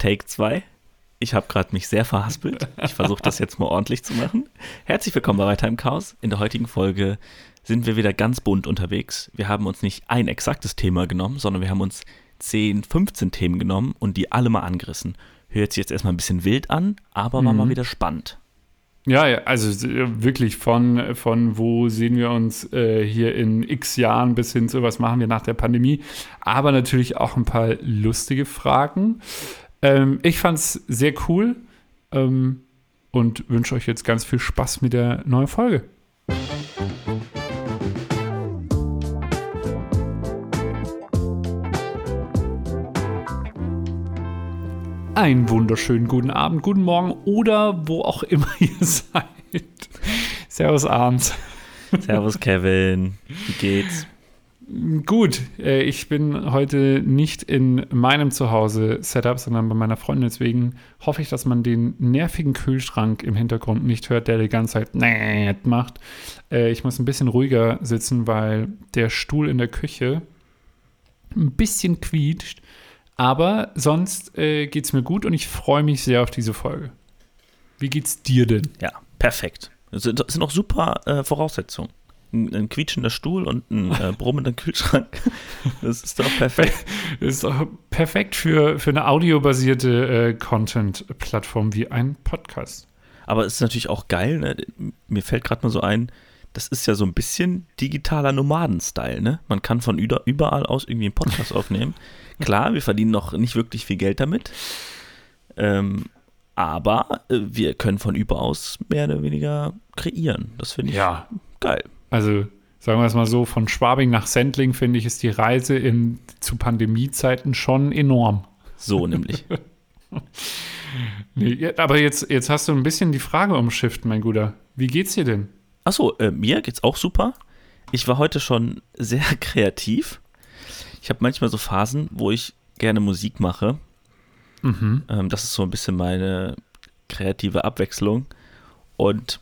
Take 2. Ich habe gerade mich sehr verhaspelt. Ich versuche das jetzt mal ordentlich zu machen. Herzlich willkommen bei Weiter im Chaos. In der heutigen Folge sind wir wieder ganz bunt unterwegs. Wir haben uns nicht ein exaktes Thema genommen, sondern wir haben uns 10, 15 Themen genommen und die alle mal angerissen. Hört sich jetzt erstmal ein bisschen wild an, aber war mal wieder spannend. Ja, also wirklich von wo sehen wir uns hier in x Jahren bis hin zu was machen wir nach der Pandemie. Aber natürlich auch ein paar lustige Fragen. Ich fand's sehr cool und wünsche euch jetzt ganz viel Spaß mit der neuen Folge. Einen wunderschönen guten Abend, guten Morgen oder wo auch immer ihr seid. Servus Arndt. Servus Kevin, wie geht's? Gut, ich bin heute nicht in meinem Zuhause-Setup, sondern bei meiner Freundin. Deswegen hoffe ich, dass man den nervigen Kühlschrank im Hintergrund nicht hört, der die ganze Zeit nett macht. Ich muss ein bisschen ruhiger sitzen, weil der Stuhl in der Küche ein bisschen quietscht. Aber sonst geht's mir gut und ich freue mich sehr auf diese Folge. Wie geht's dir denn? Ja, perfekt. Das sind auch super Voraussetzungen. Ein quietschender Stuhl und ein brummender Kühlschrank. Das ist doch perfekt. Das ist doch perfekt für eine audiobasierte Content-Plattform wie ein Podcast. Aber es ist natürlich auch geil, ne? Mir fällt gerade mal so ein, das ist ja so ein bisschen digitaler Nomaden-Style, ne? Man kann von überall aus irgendwie einen Podcast aufnehmen. Klar, wir verdienen noch nicht wirklich viel Geld damit, aber wir können von überall aus mehr oder weniger kreieren. Das finde ich geil. Also sagen wir es mal so, von Schwabing nach Sendling, finde ich, ist die Reise zu Pandemiezeiten schon enorm. So nämlich. Nee, aber jetzt hast du ein bisschen die Frage umschifft, mein Guter. Wie geht's dir denn? Achso, mir geht's auch super. Ich war heute schon sehr kreativ. Ich habe manchmal so Phasen, wo ich gerne Musik mache. Mhm. Das ist so ein bisschen meine kreative Abwechslung. Und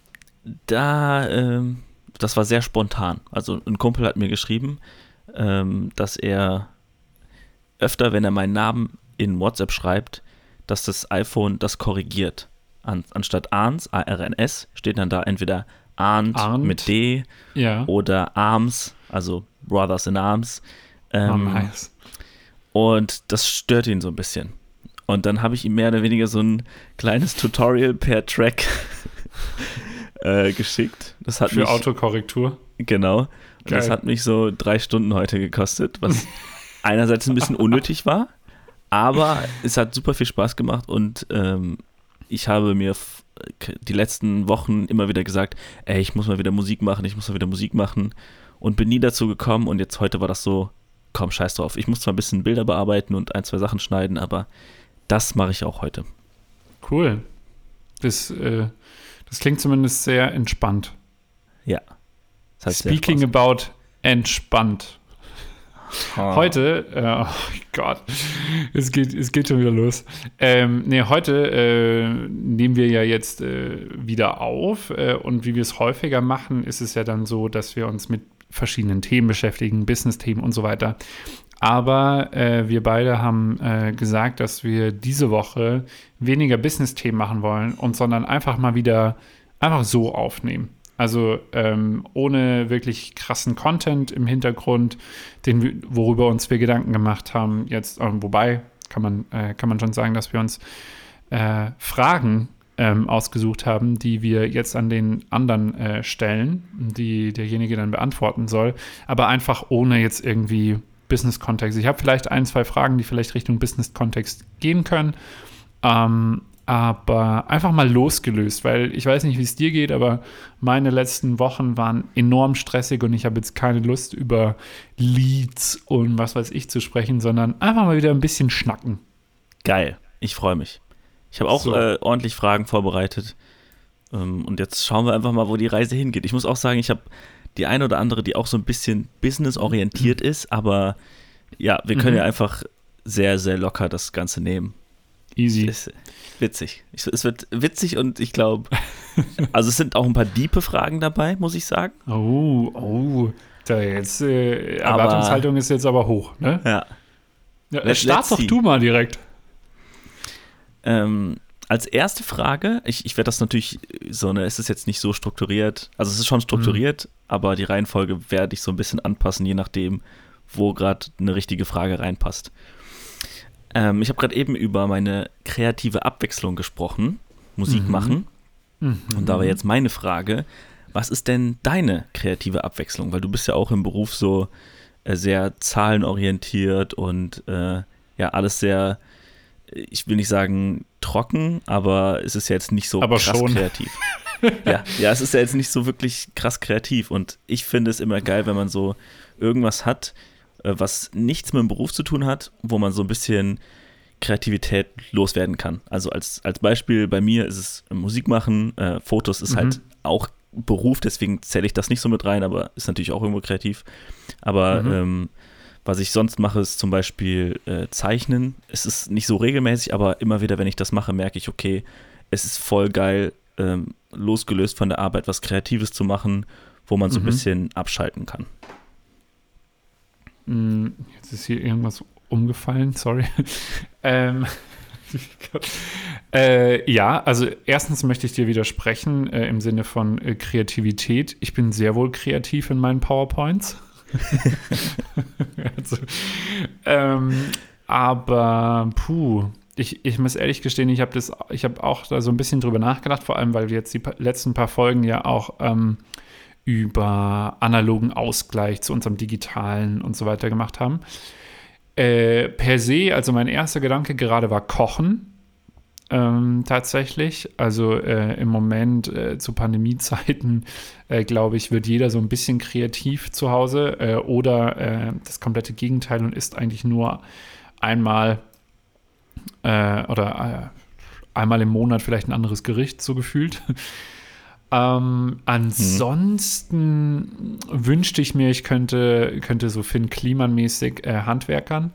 das war sehr spontan. Also ein Kumpel hat mir geschrieben, dass er öfter, wenn er meinen Namen in WhatsApp schreibt, dass das iPhone das korrigiert. Anstatt Arns, A-R-N-S, steht dann da entweder Arndt mit D oder Arms, also Brothers in Arms. Nice. Und das stört ihn so ein bisschen. Und dann habe ich ihm mehr oder weniger so ein kleines Tutorial per Track geschickt. Das hat für Autokorrektur. Genau. Und das hat mich so 3 Stunden heute gekostet, was einerseits ein bisschen unnötig war, aber es hat super viel Spaß gemacht und ich habe mir die letzten Wochen immer wieder gesagt, ich muss mal wieder Musik machen und bin nie dazu gekommen und jetzt heute war das so, komm, scheiß drauf. Ich muss zwar ein bisschen Bilder bearbeiten und 1, 2 Sachen schneiden, aber das mache ich auch heute. Cool. Das klingt zumindest sehr entspannt. Ja. Speaking about entspannt. Heute, oh Gott, es geht schon wieder los. Heute nehmen wir ja jetzt wieder auf und wie wir es häufiger machen, ist es ja dann so, dass wir uns mit verschiedenen Themen beschäftigen, Business-Themen und so weiter. Aber wir beide haben gesagt, dass wir diese Woche weniger Business-Themen machen wollen sondern einfach mal wieder so aufnehmen. Also ohne wirklich krassen Content im Hintergrund, worüber uns wir Gedanken gemacht haben. Jetzt, wobei kann man schon sagen, dass wir uns Fragen ausgesucht haben, die wir jetzt an den anderen stellen, die derjenige dann beantworten soll, aber einfach ohne jetzt irgendwie Business-Kontext. Ich habe vielleicht 1, 2 Fragen, die vielleicht Richtung Business-Kontext gehen können, aber einfach mal losgelöst, weil ich weiß nicht, wie es dir geht, aber meine letzten Wochen waren enorm stressig und ich habe jetzt keine Lust, über Leads und was weiß ich zu sprechen, sondern einfach mal wieder ein bisschen schnacken. Geil, ich freue mich. Ich habe auch ordentlich Fragen vorbereitet und jetzt schauen wir einfach mal, wo die Reise hingeht. Ich muss auch sagen, ich habe die eine oder andere, die auch so ein bisschen businessorientiert ist, aber ja, wir können ja einfach sehr, sehr locker das Ganze nehmen. Easy. Ist witzig. Es wird witzig und ich glaube, also es sind auch ein paar diepe Fragen dabei, muss ich sagen. Erwartungshaltung ist jetzt aber hoch, ne? Ja. Start doch du mal direkt. Als erste Frage, ich werde das natürlich es ist jetzt nicht so strukturiert, also es ist schon strukturiert, aber die Reihenfolge werde ich so ein bisschen anpassen, je nachdem, wo gerade eine richtige Frage reinpasst. Ich habe gerade eben über meine kreative Abwechslung gesprochen, Musik machen. Und da war jetzt meine Frage, was ist denn deine kreative Abwechslung? Weil du bist ja auch im Beruf so sehr zahlenorientiert und alles sehr, ich will nicht sagen trocken, aber es ist ja jetzt nicht so aber krass schon kreativ. Ja, es ist ja jetzt nicht so wirklich krass kreativ und ich finde es immer geil, wenn man so irgendwas hat, was nichts mit dem Beruf zu tun hat, wo man so ein bisschen Kreativität loswerden kann. Also als Beispiel bei mir ist es Musik machen, Fotos ist halt auch Beruf, deswegen zähle ich das nicht so mit rein, aber ist natürlich auch irgendwo kreativ. Aber was ich sonst mache, ist zum Beispiel Zeichnen. Es ist nicht so regelmäßig, aber immer wieder, wenn ich das mache, merke ich, okay, es ist voll geil, losgelöst von der Arbeit was Kreatives zu machen, wo man so ein bisschen abschalten kann. Jetzt ist hier irgendwas umgefallen, sorry. Ja, also erstens möchte ich dir widersprechen im Sinne von Kreativität. Ich bin sehr wohl kreativ in meinen PowerPoints. Aber ich muss ehrlich gestehen, ich habe auch da so ein bisschen drüber nachgedacht, vor allem, weil wir jetzt die letzten paar Folgen ja auch über analogen Ausgleich zu unserem digitalen und so weiter gemacht haben. Per se, also mein erster Gedanke gerade war Kochen. Tatsächlich. Also im Moment zu Pandemiezeiten, glaube ich, wird jeder so ein bisschen kreativ zu Hause oder das komplette Gegenteil und isst eigentlich nur einmal einmal im Monat vielleicht ein anderes Gericht, so gefühlt. Ansonsten wünschte ich mir, ich könnte so Finn Kliman-mäßig Handwerkern.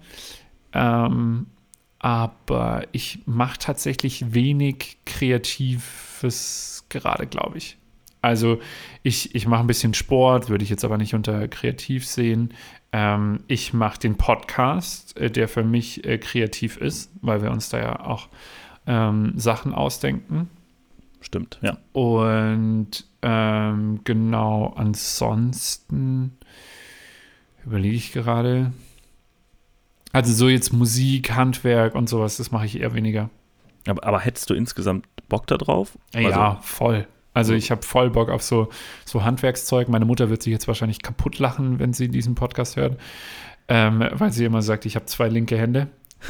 Aber ich mache tatsächlich wenig Kreatives gerade, glaube ich. Also ich mache ein bisschen Sport, würde ich jetzt aber nicht unter kreativ sehen. Ich mache den Podcast, der für mich kreativ ist, weil wir uns da ja auch Sachen ausdenken. Stimmt, ja. Und genau, ansonsten überlege ich gerade. Also so jetzt Musik, Handwerk und sowas, das mache ich eher weniger. Aber hättest du insgesamt Bock da drauf? Ja, voll. Also ich habe voll Bock auf so Handwerkszeug. Meine Mutter wird sich jetzt wahrscheinlich kaputt lachen, wenn sie diesen Podcast hört, weil sie immer sagt, ich habe 2 linke Hände.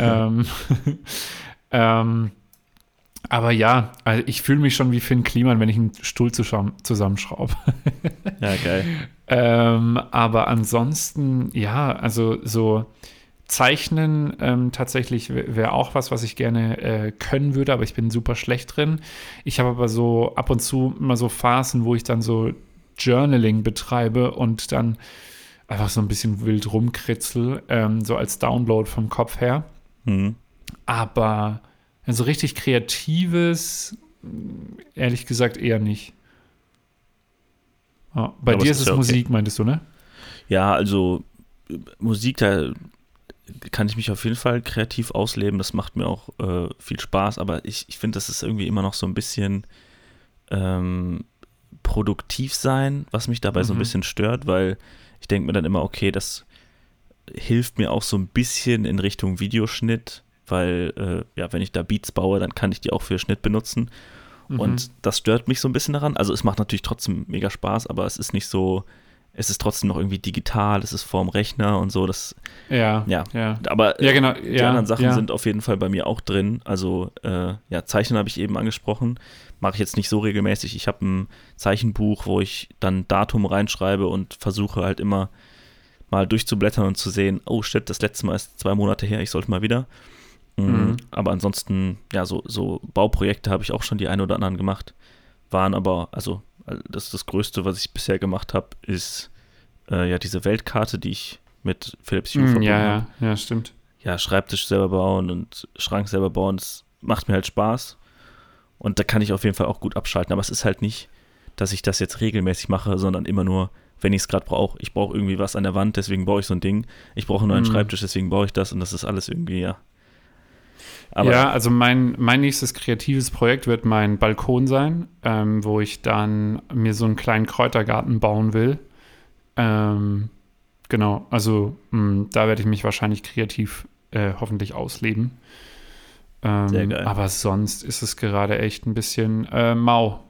Aber ja, also ich fühle mich schon wie Finn Kliman, wenn ich einen Stuhl zusammenschraube. Ja, geil. Aber ansonsten, ja, also so Zeichnen tatsächlich wäre auch was ich gerne können würde, aber ich bin super schlecht drin. Ich habe aber so ab und zu immer so Phasen, wo ich dann so Journaling betreibe und dann einfach so ein bisschen wild rumkritzel, so als Download vom Kopf her. Aber so richtig Kreatives, ehrlich gesagt, eher nicht. Oh, bei dir ist es Musik, meintest du, ne? Ja, also Musik, da kann ich mich auf jeden Fall kreativ ausleben. Das macht mir auch viel Spaß, aber ich finde, das ist irgendwie immer noch so ein bisschen produktiv sein, was mich dabei so ein bisschen stört, weil ich denke mir dann immer, okay, das hilft mir auch so ein bisschen in Richtung Videoschnitt, weil wenn ich da Beats baue, dann kann ich die auch für Schnitt benutzen und das stört mich so ein bisschen daran. Also es macht natürlich trotzdem mega Spaß, aber es ist nicht so, es ist trotzdem noch irgendwie digital, es ist vorm Rechner und so, das ja. Aber genau, die anderen Sachen sind auf jeden Fall bei mir auch drin. Also Zeichnen habe ich eben angesprochen, mache ich jetzt nicht so regelmäßig. Ich habe ein Zeichenbuch, wo ich dann Datum reinschreibe und versuche halt immer mal durchzublättern und zu sehen, oh shit, das letzte Mal ist 2 Monate her, ich sollte mal wieder. Aber ansonsten, ja, so Bauprojekte habe ich auch schon die ein oder anderen gemacht, waren aber, also das Größte, was ich bisher gemacht habe, ist diese Weltkarte, die ich mit Philips Hue verbunden habe. Ja, stimmt. Ja, Schreibtisch selber bauen und Schrank selber bauen, das macht mir halt Spaß und da kann ich auf jeden Fall auch gut abschalten, aber es ist halt nicht, dass ich das jetzt regelmäßig mache, sondern immer nur, wenn ich es gerade brauche. Ich brauche irgendwie was an der Wand, deswegen baue ich so ein Ding. Ich brauche einen neuen Schreibtisch, deswegen baue ich das und das ist alles irgendwie, ja. Aber ja, also mein nächstes kreatives Projekt wird mein Balkon sein, wo ich dann mir so einen kleinen Kräutergarten bauen will. Genau, also da werde ich mich wahrscheinlich kreativ hoffentlich ausleben. sehr geil. Aber sonst ist es gerade echt ein bisschen mau.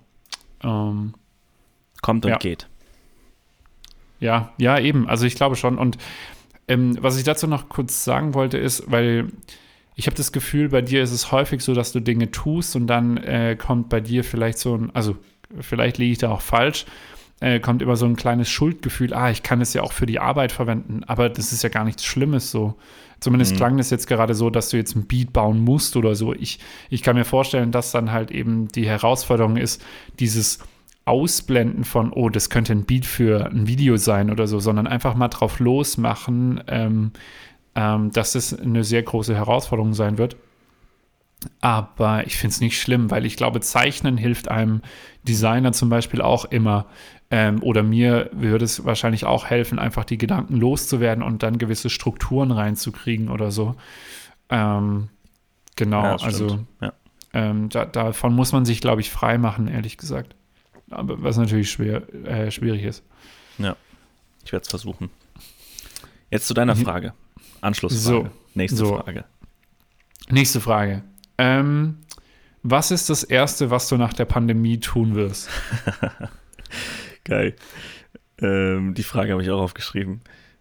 Kommt und ja. geht. Ja, eben. Also ich glaube schon. Und was ich dazu noch kurz sagen wollte, ist, weil ich habe das Gefühl, bei dir ist es häufig so, dass du Dinge tust und dann kommt bei dir vielleicht so ein, also vielleicht liege ich da auch falsch, kommt immer so ein kleines Schuldgefühl, ich kann es ja auch für die Arbeit verwenden, aber das ist ja gar nichts Schlimmes so. Zumindest klang das jetzt gerade so, dass du jetzt ein Beat bauen musst oder so. Ich kann mir vorstellen, dass dann halt eben die Herausforderung ist, dieses Ausblenden von, das könnte ein Beat für ein Video sein oder so, sondern einfach mal drauf losmachen, dass es eine sehr große Herausforderung sein wird. Aber ich finde es nicht schlimm, weil ich glaube, Zeichnen hilft einem Designer zum Beispiel auch immer. Oder mir würde es wahrscheinlich auch helfen, einfach die Gedanken loszuwerden und dann gewisse Strukturen reinzukriegen oder so. Genau, Ja, also stimmt. davon muss man sich, glaube ich, frei machen, ehrlich gesagt. Aber was natürlich schwierig ist. Ja, ich werde es versuchen. Jetzt zu deiner Frage. Anschlussfrage. Nächste Frage. Nächste Frage. Was ist das Erste, was du nach der Pandemie tun wirst? Geil. Die Frage habe ich auch aufgeschrieben.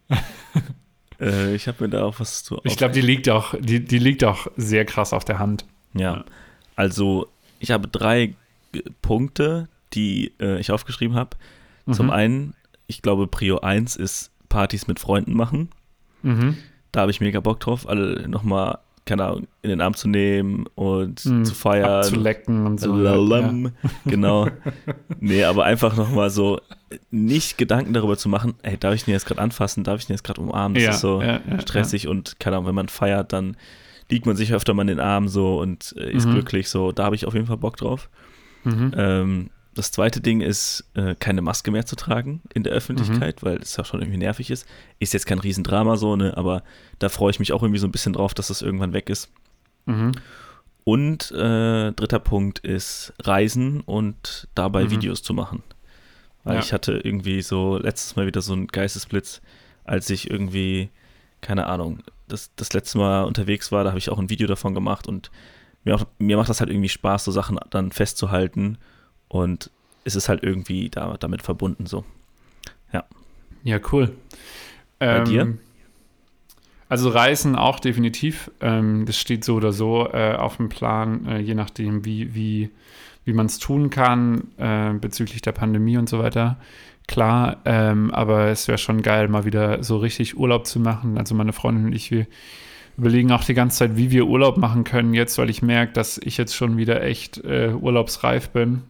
Ich habe mir da auch was zu. Ich glaube, die liegt auch sehr krass auf der Hand. Ja. Also ich habe 3 Punkte, die ich aufgeschrieben habe. Zum einen, ich glaube, Prio 1 ist Partys mit Freunden machen. Da habe ich mega Bock drauf, alle nochmal, keine Ahnung, in den Arm zu nehmen und zu feiern. Abzulecken und so. Genau. Nee, aber einfach nochmal so nicht Gedanken darüber zu machen, darf ich den jetzt gerade anfassen, darf ich den jetzt gerade umarmen? Das ist so stressig und keine Ahnung, wenn man feiert, dann liegt man sich öfter mal in den Arm so und ist glücklich so. Da habe ich auf jeden Fall Bock drauf. Das zweite Ding ist, keine Maske mehr zu tragen in der Öffentlichkeit, weil es ja schon irgendwie nervig ist. Ist jetzt kein Riesendrama so, ne, aber da freue ich mich auch irgendwie so ein bisschen drauf, dass das irgendwann weg ist. Und dritter Punkt ist Reisen und dabei Videos zu machen. Weil ich hatte irgendwie so letztes Mal wieder so einen Geistesblitz, als ich irgendwie, keine Ahnung, das letzte Mal unterwegs war, da habe ich auch ein Video davon gemacht und mir macht das halt irgendwie Spaß, so Sachen dann festzuhalten. Und es ist halt irgendwie damit verbunden so. Ja. Ja, cool. Bei dir? Also Reisen auch definitiv. Das steht so oder so auf dem Plan, je nachdem, wie man es tun kann bezüglich der Pandemie und so weiter. Klar, aber es wäre schon geil, mal wieder so richtig Urlaub zu machen. Also meine Freundin und ich, wir überlegen auch die ganze Zeit, wie wir Urlaub machen können jetzt, weil ich merke, dass ich jetzt schon wieder echt urlaubsreif bin.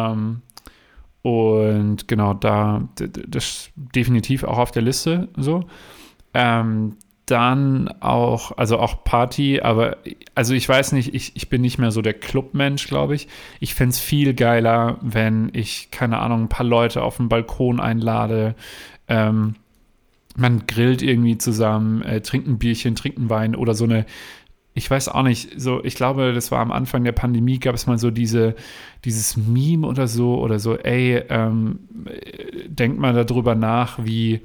Und genau, das ist definitiv auch auf der Liste so. Dann auch, also auch Party, aber also ich weiß nicht, ich bin nicht mehr so der Clubmensch, glaube ich. Ich fände es viel geiler, wenn ich, keine Ahnung, ein paar Leute auf den Balkon einlade. Man grillt irgendwie zusammen, trinkt ein Bierchen, trinkt einen Wein oder so eine. Ich weiß auch nicht, so, ich glaube, das war am Anfang der Pandemie, gab es mal so dieses Meme oder so, denkt mal darüber nach, wie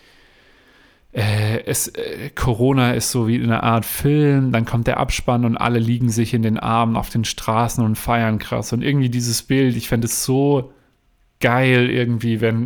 Corona ist so wie eine Art Film, dann kommt der Abspann und alle liegen sich in den Armen auf den Straßen und feiern krass. Und irgendwie dieses Bild, ich fände es so geil irgendwie, wenn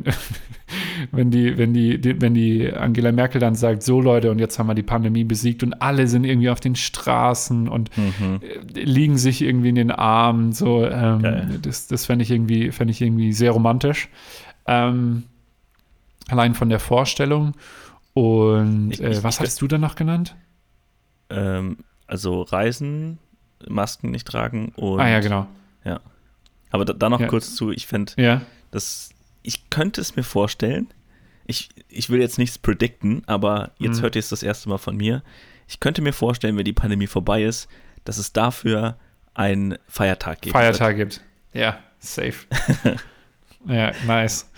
die Angela Merkel dann sagt, so Leute, und jetzt haben wir die Pandemie besiegt und alle sind irgendwie auf den Straßen und liegen sich irgendwie in den Armen, so, das fände ich irgendwie sehr romantisch. Allein von der Vorstellung. Und was hattest du dann noch genannt? Also Reisen, Masken nicht tragen und ja, genau. Ja. Aber da noch kurz zu, ich fände, ich könnte es mir vorstellen, ich will jetzt nichts predikten, aber jetzt hört ihr es das erste Mal von mir. Ich könnte mir vorstellen, wenn die Pandemie vorbei ist, dass es dafür einen Feiertag gibt. Ja, safe. Ja, nice.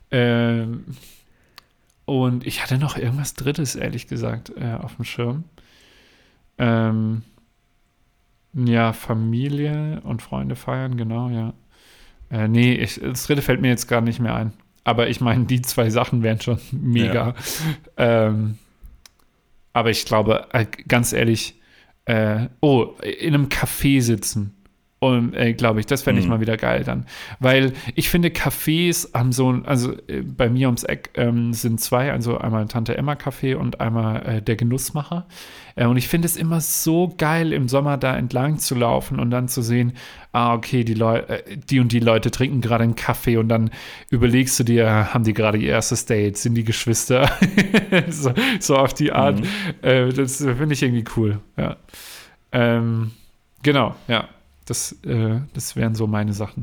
Und ich hatte noch irgendwas Drittes, ehrlich gesagt, auf dem Schirm. Ja, Familie und Freunde feiern, genau, ja. Nee, das dritte fällt mir jetzt gar nicht mehr ein. Aber ich meine, die 2 Sachen wären schon mega. Ja. Aber ich glaube, ganz ehrlich, in einem Café sitzen. Und glaube ich, das fände ich mal wieder geil dann. Weil ich finde, Cafés haben bei mir ums Eck sind 2, also einmal Tante Emma Café und einmal der Genussmacher. Und ich finde es immer so geil, im Sommer da entlang zu laufen und dann zu sehen, okay, die und die Leute trinken gerade einen Kaffee und dann überlegst du dir, haben die gerade ihr erstes Date, sind die Geschwister? so auf die Art. Das finde ich irgendwie cool, ja. Genau, ja. Das wären so meine Sachen.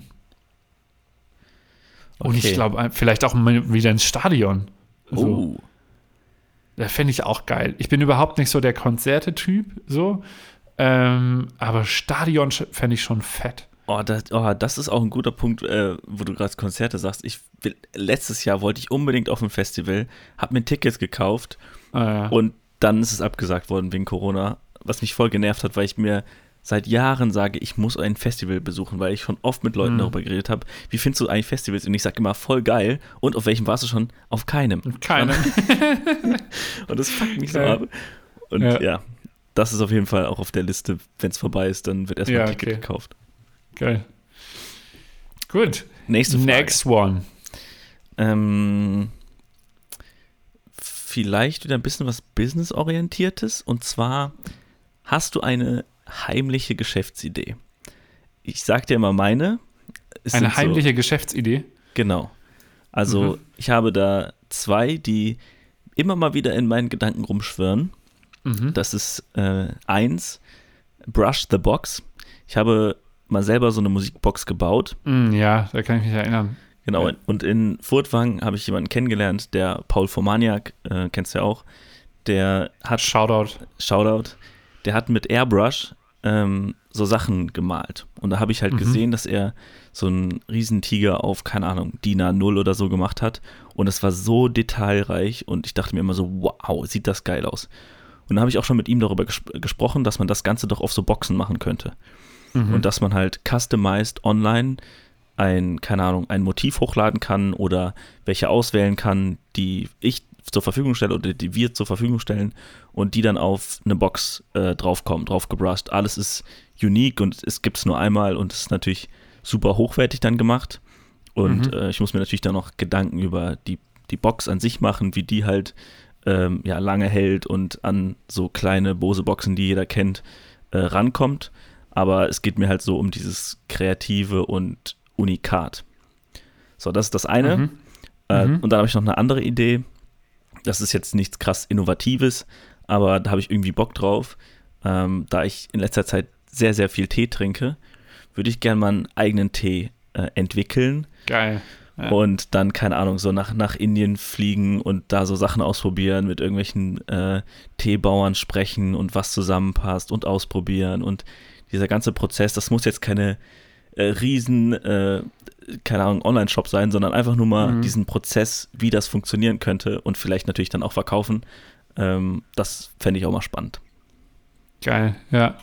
Okay. Und ich glaube, vielleicht auch wieder ins Stadion. Also, das fände ich auch geil. Ich bin überhaupt nicht so der Konzerte-Typ, so. Aber Stadion fände ich schon fett. Das ist auch ein guter Punkt, wo du gerade Konzerte sagst. Letztes Jahr wollte ich unbedingt auf ein Festival, habe mir Tickets gekauft und dann ist es abgesagt worden wegen Corona, was mich voll genervt hat, weil ich mir seit Jahren sage, ich muss ein Festival besuchen, weil ich schon oft mit Leuten darüber geredet habe. Wie findest du eigentlich Festivals? Und ich sage immer, voll geil. Und auf welchem warst du schon? Auf keinem. Keinem. Und das fuckt mich so ab. Und ja, das ist auf jeden Fall auch auf der Liste. Wenn es vorbei ist, dann wird erstmal ein Ticket gekauft. Geil. Gut. Nächste Frage. Next one. Vielleicht wieder ein bisschen was Business-Orientiertes. Und zwar, hast du eine heimliche Geschäftsidee? Ich sag dir mal meine. Eine heimliche Geschäftsidee? Genau. Also ich habe da 2, die immer mal wieder in meinen Gedanken rumschwirren. Das ist 1, Brush the Box. Ich habe mal selber so eine Musikbox gebaut. Ja, da kann ich mich erinnern. Genau, und in Furtwangen habe ich jemanden kennengelernt, der Paul Formaniak, kennst du ja auch, der hat Shoutout. Der hat mit Airbrush so Sachen gemalt. Und da habe ich halt gesehen, dass er so einen Riesentiger auf, keine Ahnung, DIN A0 oder so gemacht hat. Und es war so detailreich und ich dachte mir immer so, wow, sieht das geil aus. Und dann habe ich auch schon mit ihm darüber gesprochen, dass man das Ganze doch auf so Boxen machen könnte. Und dass man halt customized online ein Motiv hochladen kann oder welche auswählen kann, die ich zur Verfügung stelle oder die wir zur Verfügung stellen und die dann auf eine Box drauf gebrushed. Alles ist unique und es gibt es nur einmal und es ist natürlich super hochwertig dann gemacht. Und ich muss mir natürlich dann noch Gedanken über die Box an sich machen, wie die halt lange hält und an so kleine Bose-Boxen, die jeder kennt, rankommt. Aber es geht mir halt so um dieses Kreative und Unikat. So, das ist das eine. Und dann habe ich noch eine andere Idee. Das ist jetzt nichts krass Innovatives, aber da habe ich irgendwie Bock drauf. Da ich in letzter Zeit sehr, sehr viel Tee trinke, würde ich gerne mal einen eigenen Tee entwickeln. Geil. Ja. Und dann, keine Ahnung, so nach Indien fliegen und da so Sachen ausprobieren, mit irgendwelchen Teebauern sprechen und was zusammenpasst und ausprobieren. Und dieser ganze Prozess, das muss jetzt keine keine Ahnung, Online-Shop sein, sondern einfach nur mal diesen Prozess, wie das funktionieren könnte und vielleicht natürlich dann auch verkaufen. Das fände ich auch mal spannend. Geil, ja.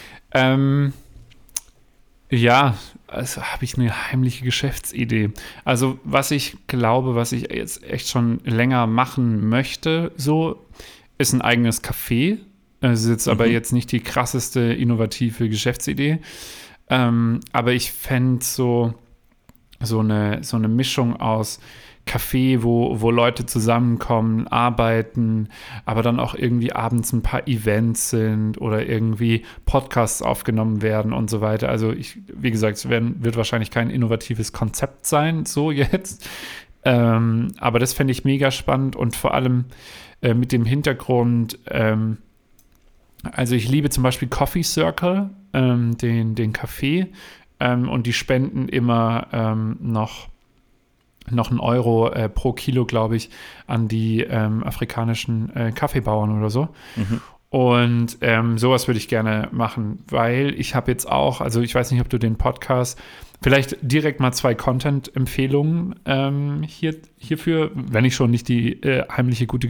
Also habe ich eine heimliche Geschäftsidee. Also was ich glaube, was ich jetzt echt schon länger machen möchte, so, ist ein eigenes Café. Es ist jetzt aber jetzt nicht die krasseste innovative Geschäftsidee. Aber ich fände so eine Mischung aus Café, wo Leute zusammenkommen, arbeiten, aber dann auch irgendwie abends ein paar Events sind oder irgendwie Podcasts aufgenommen werden und so weiter. Also wie gesagt, es wird wahrscheinlich kein innovatives Konzept sein, so jetzt. Aber das fände ich mega spannend und vor allem mit dem Hintergrund, also ich liebe zum Beispiel Coffee Circle, den Café, und die spenden immer noch einen Euro pro Kilo, glaube ich, an die afrikanischen Kaffeebauern oder so. Und sowas würde ich gerne machen, weil ich habe jetzt auch, also ich weiß nicht, ob du den Podcast, vielleicht direkt mal 2 Content-Empfehlungen hierfür, wenn ich schon nicht die heimliche gute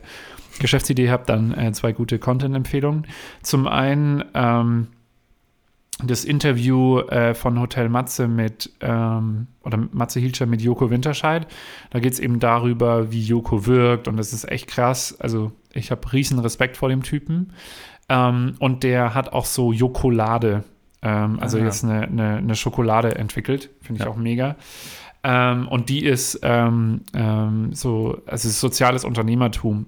Geschäftsidee habe, dann 2 gute Content-Empfehlungen. Zum einen das Interview von Hotel Matze oder Matze Hilscher mit Joko Winterscheid. Da geht es eben darüber, wie Joko wirkt und das ist echt krass. Also ich habe riesen Respekt vor dem Typen. Und der hat auch so Jokolade, jetzt eine Schokolade entwickelt. Finde ich auch mega. Und die ist ist soziales Unternehmertum.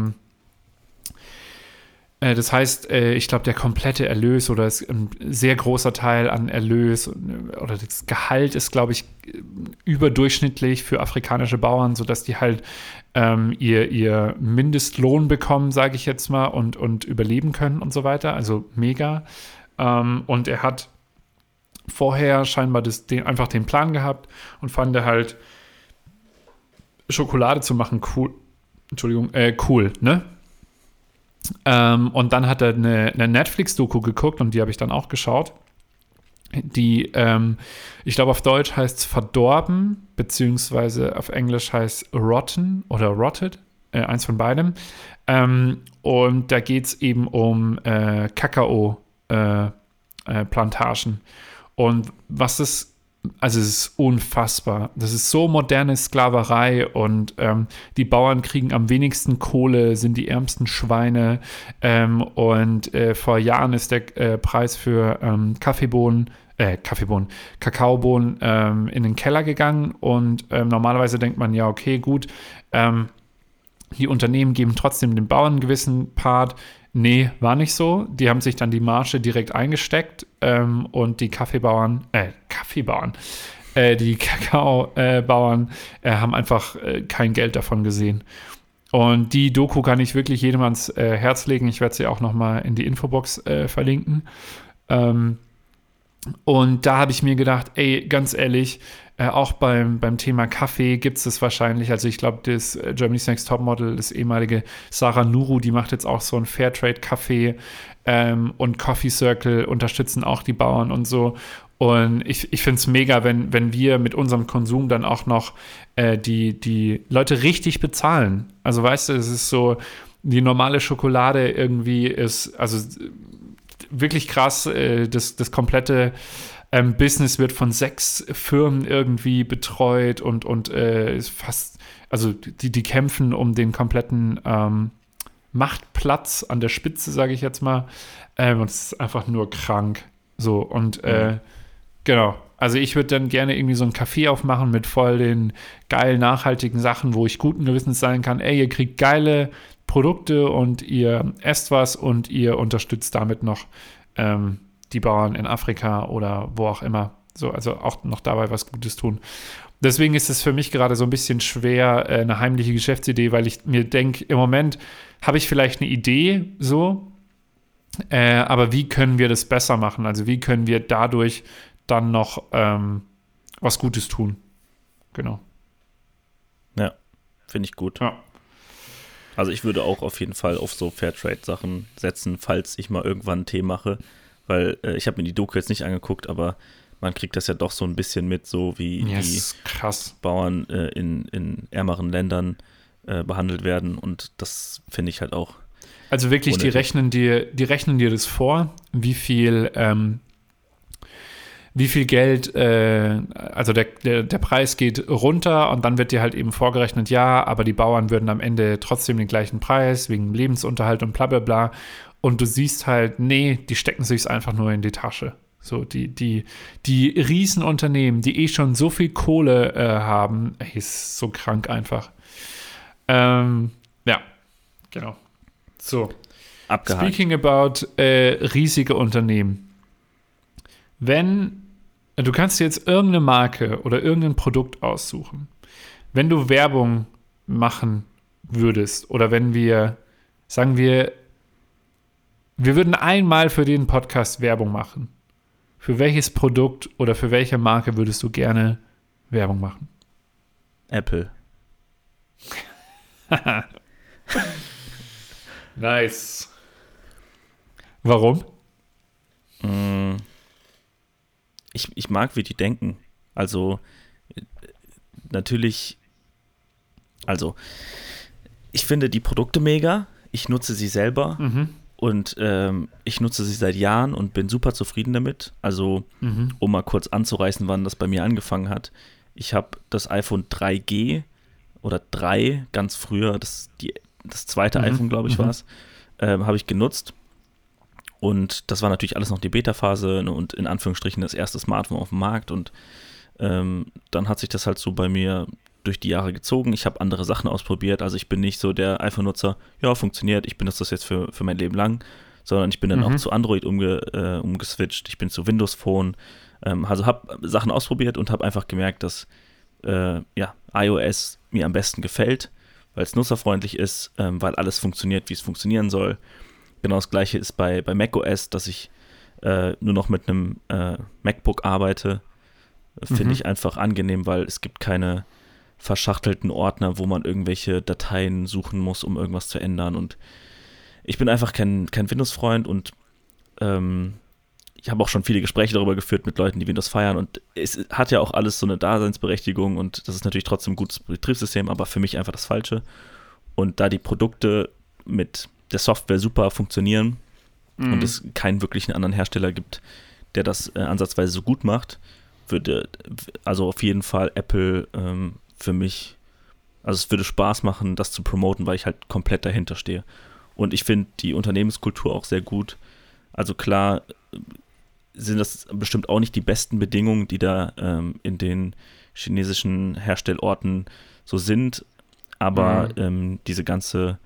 Das heißt, ich glaube, der komplette Erlös oder ein sehr großer Teil an Erlös oder das Gehalt ist, glaube ich, überdurchschnittlich für afrikanische Bauern, sodass die halt ihr Mindestlohn bekommen, sage ich jetzt mal, und überleben können und so weiter. Also mega. Und er hat vorher scheinbar einfach den Plan gehabt und fand er halt, Schokolade zu machen cool. Entschuldigung, cool, ne? Und dann hat er eine Netflix-Doku geguckt und die habe ich dann auch geschaut. Die, ich glaube auf Deutsch heißt es Verdorben, beziehungsweise auf Englisch heißt Rotten oder Rotted, eins von beidem. Und da geht es eben um Kakao-Plantagen. Und was ist, also es ist unfassbar. Das ist so moderne Sklaverei und die Bauern kriegen am wenigsten Kohle, sind die ärmsten Schweine und vor Jahren ist der Preis für Kakaobohnen in den Keller gegangen und normalerweise denkt man, ja okay, gut, die Unternehmen geben trotzdem den Bauern einen gewissen Part. Nee, war nicht so. Die haben sich dann die Marge direkt eingesteckt und die die Kakaobauern haben einfach kein Geld davon gesehen. Und die Doku kann ich wirklich jedem ans Herz legen. Ich werde sie auch nochmal in die Infobox verlinken. Und da habe ich mir gedacht, ey, ganz ehrlich, auch beim Thema Kaffee gibt es das wahrscheinlich. Also ich glaube, das Germany's Next Topmodel, das ehemalige Sarah Nuru, die macht jetzt auch so ein Fairtrade-Kaffee und Coffee Circle unterstützen auch die Bauern und so. Und ich finde es mega, wenn wir mit unserem Konsum dann auch noch die Leute richtig bezahlen. Also weißt du, es ist so, die normale Schokolade irgendwie ist, also wirklich krass, das komplette Business wird von 6 Firmen irgendwie betreut und ist fast, also die kämpfen um den kompletten Machtplatz an der Spitze, sage ich jetzt mal. Und es ist einfach nur krank. So, und genau. Also ich würde dann gerne irgendwie so ein Café aufmachen mit voll den geilen, nachhaltigen Sachen, wo ich guten Gewissens sagen kann, ey, ihr kriegt geile Produkte und ihr esst was und ihr unterstützt damit noch die Bauern in Afrika oder wo auch immer. So, also auch noch dabei was Gutes tun. Deswegen ist es für mich gerade so ein bisschen schwer, eine heimliche Geschäftsidee, weil ich mir denke, im Moment habe ich vielleicht eine Idee, so, aber wie können wir das besser machen? Also wie können wir dadurch dann noch was Gutes tun? Genau. Ja, finde ich gut. Ja. Also ich würde auch auf jeden Fall auf so Fairtrade-Sachen setzen, falls ich mal irgendwann einen Tee mache, weil ich habe mir die Doku jetzt nicht angeguckt, aber man kriegt das ja doch so ein bisschen mit, so wie die Bauern in ärmeren Ländern behandelt werden und das finde ich halt auch. Also wirklich, die rechnen dir das vor, wie viel Geld, also der Preis geht runter und dann wird dir halt eben vorgerechnet, ja, aber die Bauern würden am Ende trotzdem den gleichen Preis wegen Lebensunterhalt und bla bla bla. Und du siehst halt, nee, die stecken sich's einfach nur in die Tasche. So, die Riesenunternehmen, die schon so viel Kohle haben, ist so krank einfach. Ja, genau. So. Abgehakt. Speaking about riesige Unternehmen. Du kannst dir jetzt irgendeine Marke oder irgendein Produkt aussuchen. Wenn du Werbung machen würdest oder wenn sagen wir würden einmal für den Podcast Werbung machen. Für welches Produkt oder für welche Marke würdest du gerne Werbung machen? Apple. Nice. Warum? Ich mag, wie die denken. Also, natürlich, also, ich finde die Produkte mega. Ich nutze sie selber. Und ich nutze sie seit Jahren und bin super zufrieden damit. Also, um mal kurz anzureißen, wann das bei mir angefangen hat. Ich habe das iPhone 3G oder 3 ganz früher, das zweite iPhone, glaube ich, war es, habe ich genutzt. Und das war natürlich alles noch die Beta-Phase, ne, und in Anführungsstrichen das erste Smartphone auf dem Markt. Und dann hat sich das halt so bei mir durch die Jahre gezogen. Ich habe andere Sachen ausprobiert. Also ich bin nicht so der iPhone-Nutzer, ja, funktioniert, ich benutze das jetzt für mein Leben lang, sondern ich bin dann auch zu Android umgeswitcht. Ich bin zu Windows Phone. Also habe Sachen ausprobiert und habe einfach gemerkt, dass iOS mir am besten gefällt, weil es nutzerfreundlich ist, weil alles funktioniert, wie es funktionieren soll. Genau das Gleiche ist bei macOS, dass ich nur noch mit einem MacBook arbeite. Finde ich einfach angenehm, weil es gibt keine verschachtelten Ordner, wo man irgendwelche Dateien suchen muss, um irgendwas zu ändern. Und ich bin einfach kein Windows-Freund und ich habe auch schon viele Gespräche darüber geführt mit Leuten, die Windows feiern, und es hat ja auch alles so eine Daseinsberechtigung und das ist natürlich trotzdem ein gutes Betriebssystem, aber für mich einfach das Falsche. Und da die Produkte mit der Software super funktionieren und es keinen wirklichen anderen Hersteller gibt, der das ansatzweise so gut macht, würde also auf jeden Fall Apple für mich, also es würde Spaß machen, das zu promoten, weil ich halt komplett dahinter stehe. Und ich finde die Unternehmenskultur auch sehr gut. Also klar sind das bestimmt auch nicht die besten Bedingungen, die da in den chinesischen Herstellorten so sind, aber diese ganze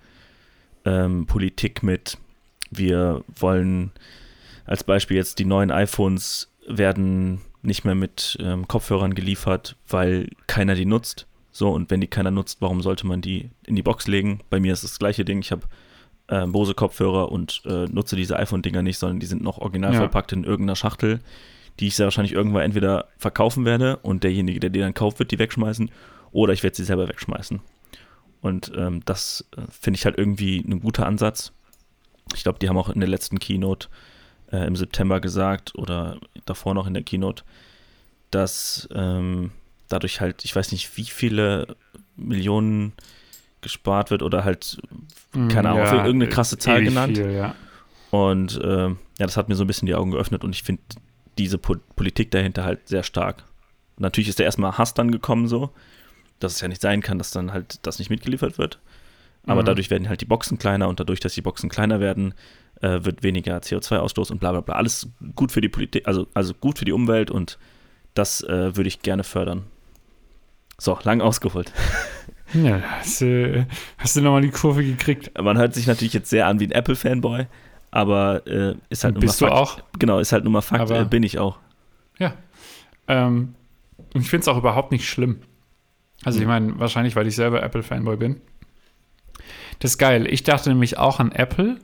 Politik mit, wir wollen als Beispiel jetzt die neuen iPhones werden nicht mehr mit Kopfhörern geliefert, weil keiner die nutzt. So, und wenn die keiner nutzt, warum sollte man die in die Box legen? Bei mir ist das gleiche Ding. Ich habe Bose-Kopfhörer und nutze diese iPhone-Dinger nicht, sondern die sind noch original verpackt in irgendeiner Schachtel, die ich sehr wahrscheinlich irgendwann entweder verkaufen werde und derjenige, der die dann kauft, wird die wegschmeißen, oder ich werde sie selber wegschmeißen. Und das finde ich halt irgendwie ein guter Ansatz. Ich glaube, die haben auch in der letzten Keynote im September gesagt oder davor noch in der Keynote, dass dadurch halt, ich weiß nicht, wie viele Millionen gespart wird oder halt, keine Ahnung, irgendeine krasse Zahl genannt. Viel, ja. Und das hat mir so ein bisschen die Augen geöffnet und ich finde diese Politik dahinter halt sehr stark. Und natürlich ist da erstmal Hass dann gekommen so, dass es ja nicht sein kann, dass dann halt das nicht mitgeliefert wird. Aber dadurch werden halt die Boxen kleiner und dadurch, dass die Boxen kleiner werden, wird weniger CO2-Ausstoß und bla bla bla. Alles gut für die Politik, also gut für die Umwelt, und das würde ich gerne fördern. So, lang ausgeholt. Ja, hast du nochmal die Kurve gekriegt. Man hört sich natürlich jetzt sehr an wie ein Apple-Fanboy, aber ist halt nur mal Fakt. Bist du auch? Genau, ist halt nur mal Fakt, bin ich auch. Ja. Und ich finde es auch überhaupt nicht schlimm. Also ich meine, wahrscheinlich, weil ich selber Apple-Fanboy bin. Das ist geil. Ich dachte nämlich auch an Apple,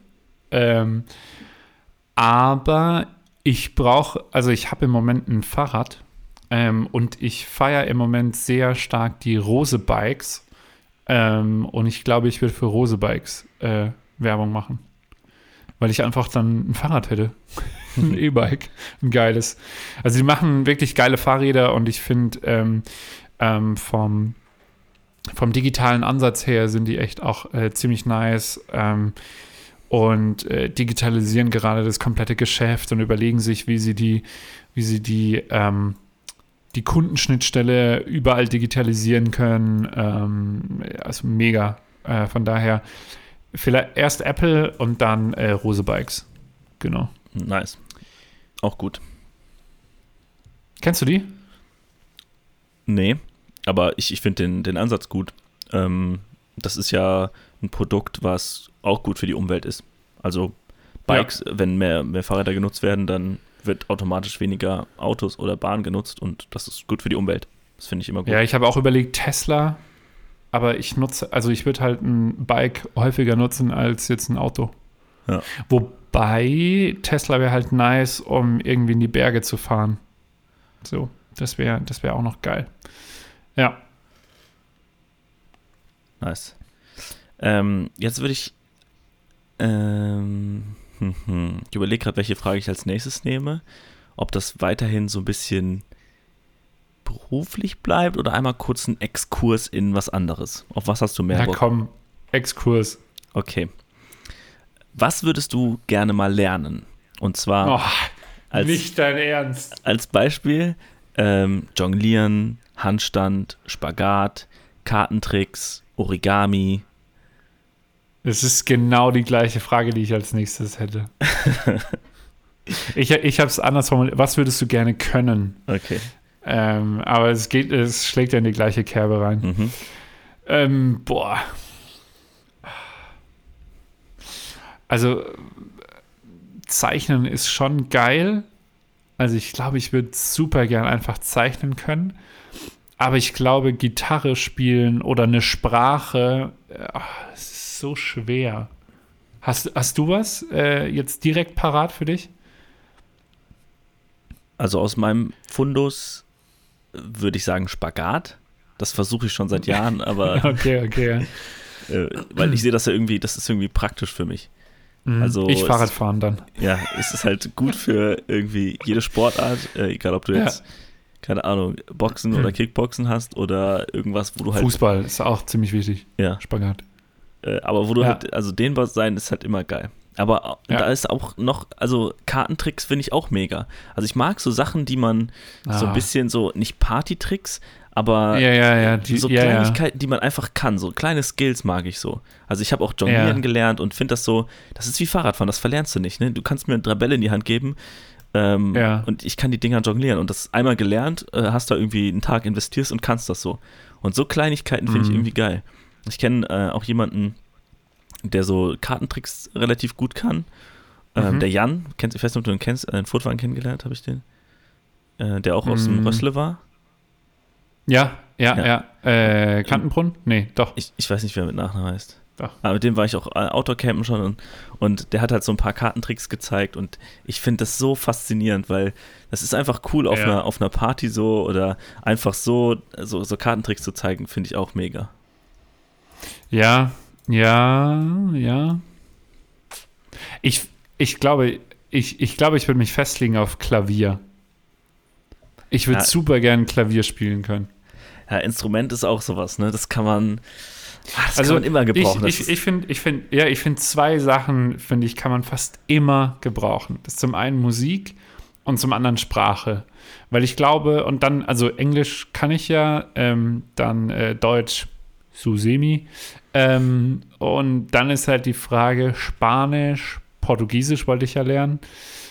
aber ich habe im Moment ein Fahrrad und ich feiere im Moment sehr stark die Rose Bikes und ich glaube, ich will für Rose Bikes Werbung machen, weil ich einfach dann ein Fahrrad hätte, ein E-Bike, ein geiles. Also die machen wirklich geile Fahrräder und ich finde vom digitalen Ansatz her sind die echt auch ziemlich nice und digitalisieren gerade das komplette Geschäft und überlegen sich, wie sie die Kundenschnittstelle überall digitalisieren können. Also mega. Von daher vielleicht erst Apple und dann Rose Bikes. Genau. Nice. Auch gut. Kennst du die? Nee, aber ich finde den Ansatz gut. Das ist ja ein Produkt, was auch gut für die Umwelt ist. Also Bikes, wenn mehr Fahrräder genutzt werden, dann wird automatisch weniger Autos oder Bahn genutzt und das ist gut für die Umwelt. Das finde ich immer gut. Ja, ich habe auch überlegt, Tesla, aber ich würde halt ein Bike häufiger nutzen als jetzt ein Auto. Ja. Wobei Tesla wäre halt nice, um irgendwie in die Berge zu fahren. So, das wäre auch noch geil. Ja. Nice. Jetzt würde ich ich überlege gerade, welche Frage ich als nächstes nehme. Ob das weiterhin so ein bisschen beruflich bleibt oder einmal kurz ein Exkurs in was anderes. Auf was hast du mehr Bock? Ja, komm, Exkurs. Okay. Was würdest du gerne mal lernen? Und zwar nicht dein Ernst. Als Beispiel Jonglieren, Handstand, Spagat, Kartentricks, Origami. Es ist genau die gleiche Frage, die ich als nächstes hätte. Ich habe es anders formuliert. Was würdest du gerne können? Okay. Aber es schlägt ja in die gleiche Kerbe rein. Also Zeichnen ist schon geil. Also ich glaube, ich würde super gern einfach zeichnen können. Aber ich glaube, Gitarre spielen oder eine Sprache, es ist so schwer. Hast du was jetzt direkt parat für dich? Also aus meinem Fundus würde ich sagen Spagat. Das versuche ich schon seit Jahren, aber Okay. weil ich sehe das ja irgendwie, das ist irgendwie praktisch für mich. Also ich Fahrradfahren dann. Ja, es ist halt gut für irgendwie jede Sportart, egal ob du jetzt, keine Ahnung, Boxen oder Kickboxen hast oder irgendwas, wo du halt... Fußball ist auch ziemlich wichtig, Spagat. Aber wo du halt, also dehnbar sein ist halt immer geil. Aber da ist auch noch, also Kartentricks finde ich auch mega. Also ich mag so Sachen, die man so ein bisschen so, nicht Partytricks, aber so Kleinigkeiten, die man einfach kann. So kleine Skills mag ich so. Also ich habe auch Jonglieren gelernt und finde das so, das ist wie Fahrradfahren, das verlernst du nicht. Ne? Du kannst mir eine Bälle in die Hand geben und ich kann die Dinger jonglieren. Und das einmal gelernt, hast da irgendwie einen Tag investierst und kannst das so. Und so Kleinigkeiten finde ich irgendwie geil. Ich kenne auch jemanden, der so Kartentricks relativ gut kann. Der Jan, ich weiß nicht, ob du ihn kennst, in Furtwagen kennengelernt, habe ich den. Der auch aus dem Rössle war. Ja. Kantenbrunn? Nee, doch. Ich weiß nicht, wer mit Nachnamen heißt. Doch. Aber mit dem war ich auch Outdoor-Campen schon und der hat halt so ein paar Kartentricks gezeigt und ich finde das so faszinierend, weil das ist einfach cool auf einer Party so oder einfach so Kartentricks zu zeigen, finde ich auch mega. Ja. Ich glaube, ich würde mich festlegen auf Klavier. Ich würde super gerne Klavier spielen können. Ja, Instrument ist auch sowas, ne? Das kann man immer gebrauchen. Ich finde zwei Sachen, kann man fast immer gebrauchen. Das ist zum einen Musik und zum anderen Sprache. Weil ich glaube, und dann, also Englisch kann ich ja, dann Deutsch so semi. Und dann ist halt die Frage Spanisch, Portugiesisch wollte ich ja lernen.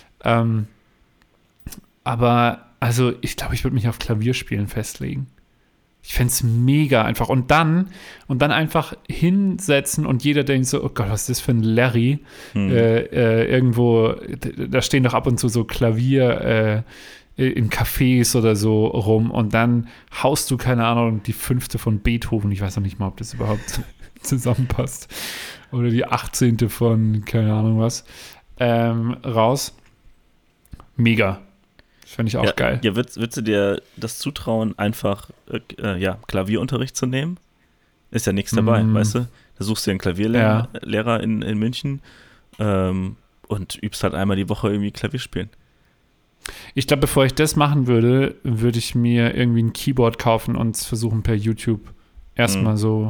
Aber also ich glaube, ich würde mich auf Klavierspielen festlegen. Ich fände es mega einfach. Und dann einfach hinsetzen und jeder denkt so, oh Gott, was ist das für ein Larry? Irgendwo, da stehen doch ab und zu so Klavier in Cafés oder so rum und dann haust du, keine Ahnung, die 5. von Beethoven, ich weiß noch nicht mal, ob das überhaupt zusammenpasst, oder die 18. von, keine Ahnung was, raus. Mega. Das fände ich auch geil. Ja, würdest du dir das zutrauen, einfach Klavierunterricht zu nehmen? Ist ja nichts dabei, weißt du? Da suchst du dir einen Klavierlehrer in München und übst halt einmal die Woche irgendwie Klavier spielen. Ich glaube, bevor ich das machen würde, würde ich mir irgendwie ein Keyboard kaufen und es versuchen per YouTube erstmal so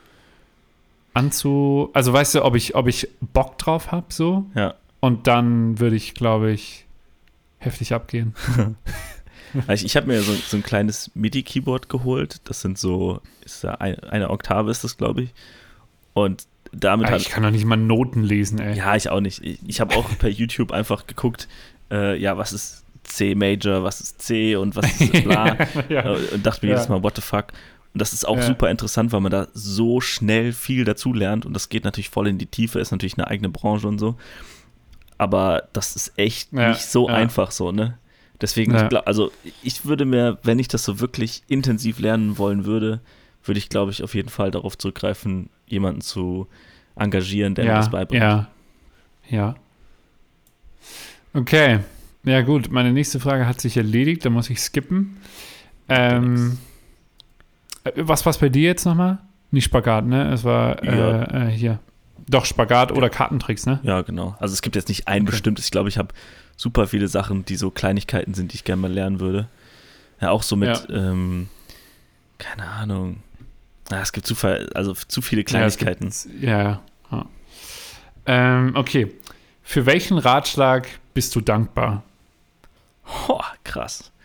also weißt du, ob ich Bock drauf habe so. Ja. Und dann würde ich, glaube ich, heftig abgehen. Ich habe mir so ein kleines MIDI-Keyboard geholt. Das sind eine Oktave ist das, glaube ich. Und damit ich kann doch nicht mal Noten lesen, ey. Ja, ich auch nicht. Ich habe auch per YouTube einfach geguckt, was ist C Major, was ist C und was ist bla. Und dachte mir jedes Mal, what the fuck. Und das ist auch super interessant, weil man da so schnell viel dazu lernt und das geht natürlich voll in die Tiefe, ist natürlich eine eigene Branche und so. Aber das ist echt nicht so einfach so, ne? Deswegen, ich würde mir, wenn ich das so wirklich intensiv lernen wollen würde ich, glaube ich, auf jeden Fall darauf zurückgreifen, jemanden zu engagieren, der mir das beibringt. Ja. Okay. Ja, gut. Meine nächste Frage hat sich erledigt. Da muss ich skippen. Was war es bei dir jetzt nochmal? Nicht Spagat, ne? Es war hier. Doch, Spagat oder Kartentricks, ne? Ja, genau. Also es gibt jetzt nicht ein bestimmtes. Ich glaube, ich habe super viele Sachen, die so Kleinigkeiten sind, die ich gerne mal lernen würde. Ja, auch so mit, keine Ahnung. Es gibt zu viele Kleinigkeiten. Okay. Für welchen Ratschlag bist du dankbar? Krass.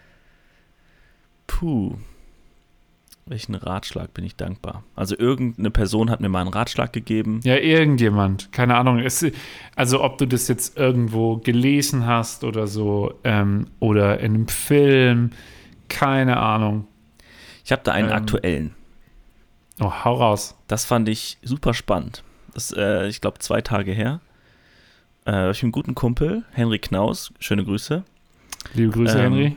Puh. Welchen Ratschlag bin ich dankbar? Also irgendeine Person hat mir mal einen Ratschlag gegeben. Ja, irgendjemand. Keine Ahnung. Also ob du das jetzt irgendwo gelesen hast oder so oder in einem Film. Keine Ahnung. Ich habe da einen aktuellen. Oh, hau raus. Das fand ich super spannend. Das ist, ich glaube, 2 Tage her. Ich habe einen guten Kumpel, Henry Knaus, schöne Grüße. Liebe Grüße, Henry.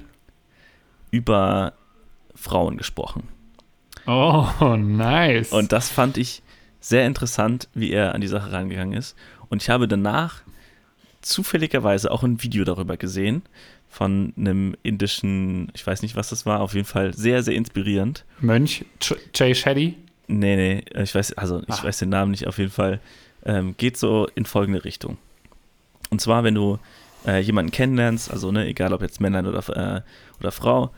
Über Frauen gesprochen. Oh, nice. Und das fand ich sehr interessant, wie er an die Sache rangegangen ist. Und ich habe danach zufälligerweise auch ein Video darüber gesehen von einem indischen, ich weiß nicht, was das war, auf jeden Fall sehr, sehr inspirierend. Mönch? Jay Shetty? Nee, ich weiß den Namen nicht, auf jeden Fall. Geht so in folgende Richtung. Und zwar, wenn du jemanden kennenlernst, also egal ob jetzt Männlein oder Frau,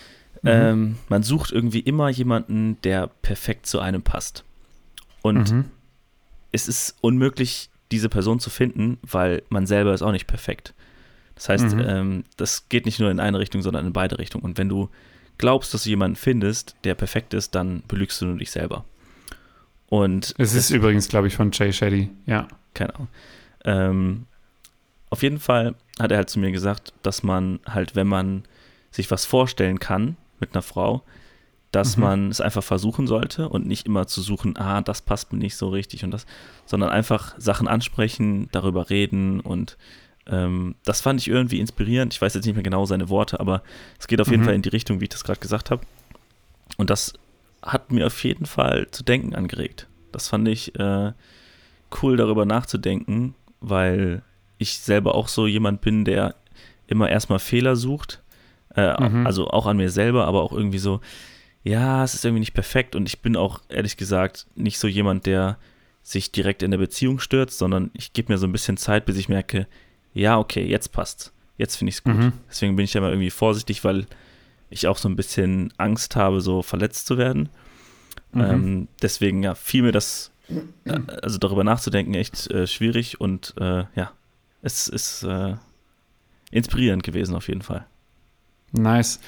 man sucht irgendwie immer jemanden, der perfekt zu einem passt. Und es ist unmöglich, diese Person zu finden, weil man selber ist auch nicht perfekt. Das heißt, das geht nicht nur in eine Richtung, sondern in beide Richtungen. Und wenn du glaubst, dass du jemanden findest, der perfekt ist, dann belügst du nur dich selber. Und es ist übrigens, glaube ich, von Jay Shetty, ja. Keine Ahnung. Auf jeden Fall hat er halt zu mir gesagt, dass man halt, wenn man sich was vorstellen kann mit einer Frau, dass man es einfach versuchen sollte und nicht immer zu suchen, das passt mir nicht so richtig und das, sondern einfach Sachen ansprechen, darüber reden und das fand ich irgendwie inspirierend. Ich weiß jetzt nicht mehr genau seine Worte, aber es geht auf jeden Fall in die Richtung, wie ich das gerade gesagt habe. Und das hat mir auf jeden Fall zu denken angeregt. Das fand ich cool, darüber nachzudenken, weil ich selber auch so jemand bin, der immer erstmal Fehler sucht. Also auch an mir selber, aber auch irgendwie so, ja, es ist irgendwie nicht perfekt. Und ich bin auch, ehrlich gesagt, nicht so jemand, der sich direkt in der Beziehung stürzt, sondern ich gebe mir so ein bisschen Zeit, bis ich merke, ja, okay, jetzt passt's. Jetzt finde ich es gut. Deswegen bin ich ja immer irgendwie vorsichtig, weil ich auch so ein bisschen Angst habe, so verletzt zu werden. Deswegen, ja, fiel mir das, also darüber nachzudenken, echt schwierig und es ist inspirierend gewesen auf jeden Fall. Nice.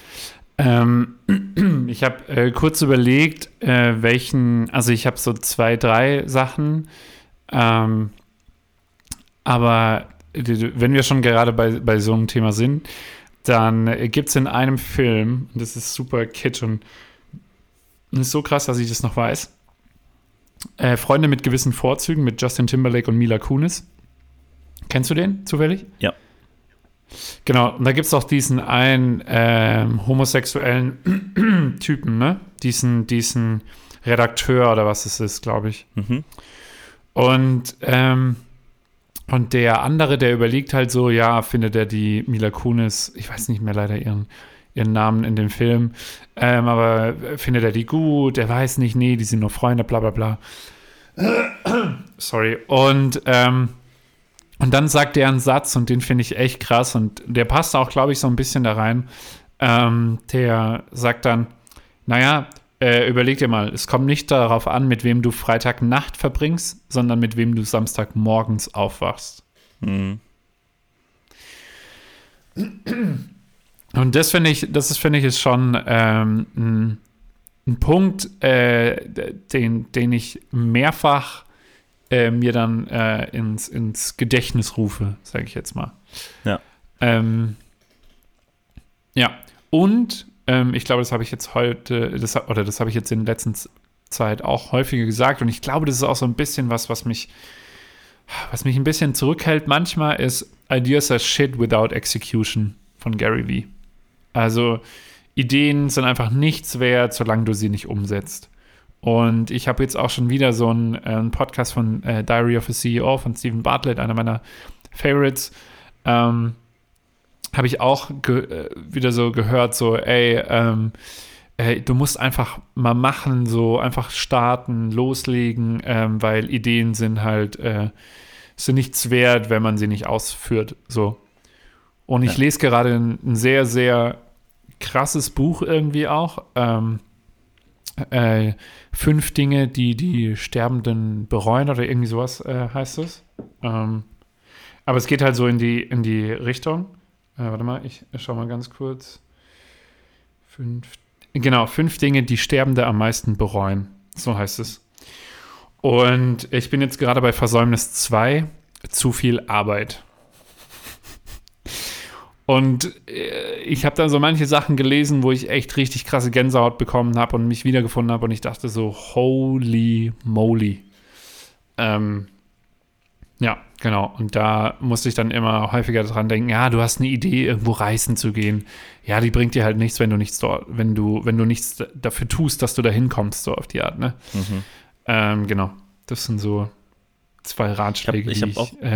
Ich habe kurz überlegt, also ich habe so 2, 3 Sachen, aber wenn wir schon gerade bei so einem Thema sind, dann gibt es in einem Film, und das ist super kitsch und ist so krass, dass ich das noch weiß, Freunde mit gewissen Vorzügen mit Justin Timberlake und Mila Kunis. Kennst du den zufällig? Ja. Genau, und da gibt es auch diesen einen homosexuellen Typen, ne? Diesen Redakteur oder was es ist, glaube ich. Und der andere, der überlegt halt so, ja, findet er die Mila Kunis, ich weiß nicht mehr leider ihren Namen in dem Film, aber findet er die gut, er weiß nicht, nee, die sind nur Freunde, bla bla bla. Sorry. Und dann sagt er einen Satz und den finde ich echt krass und der passt auch, glaube ich, so ein bisschen da rein. Der sagt dann, naja, überleg dir mal, es kommt nicht darauf an, mit wem du Freitagnacht verbringst, sondern mit wem du Samstagmorgens aufwachst. Und das finde ich ist schon ein Punkt, den ich mehrfach mir dann ins Gedächtnis rufe, sage ich jetzt mal. Ja. Ja, und ich glaube, das habe ich jetzt heute, das habe ich jetzt in der letzten Zeit auch häufiger gesagt und ich glaube, das ist auch so ein bisschen was mich ein bisschen zurückhält manchmal, ist Ideas are shit without execution von Gary Vee. Also Ideen sind einfach nichts wert, solange du sie nicht umsetzt. Und ich habe jetzt auch schon wieder so einen Podcast von Diary of a CEO von Stephen Bartlett, einer meiner Favorites, habe ich auch wieder so gehört, so, du musst einfach mal machen, so einfach starten, loslegen, weil Ideen sind halt, sind nichts wert, wenn man sie nicht ausführt, so. Und ich lese gerade ein sehr, sehr krasses Buch irgendwie auch, 5 Dinge, die die Sterbenden bereuen oder irgendwie sowas heißt es. Aber es geht halt so in die Richtung. Warte mal, ich schau mal ganz kurz. 5 Dinge, die Sterbende am meisten bereuen. So heißt es. Und ich bin jetzt gerade bei Versäumnis 2, zu viel Arbeit. Und ich habe da so manche Sachen gelesen, wo ich echt richtig krasse Gänsehaut bekommen habe und mich wiedergefunden habe und ich dachte so, holy moly. Ja, genau. Und da musste ich dann immer häufiger dran denken, ja, du hast eine Idee, irgendwo reisen zu gehen. Ja, die bringt dir halt nichts, wenn du nichts nichts dafür tust, dass du da hinkommst, so auf die Art, ne? Genau. Das sind so 2 Ratschläge, Ja,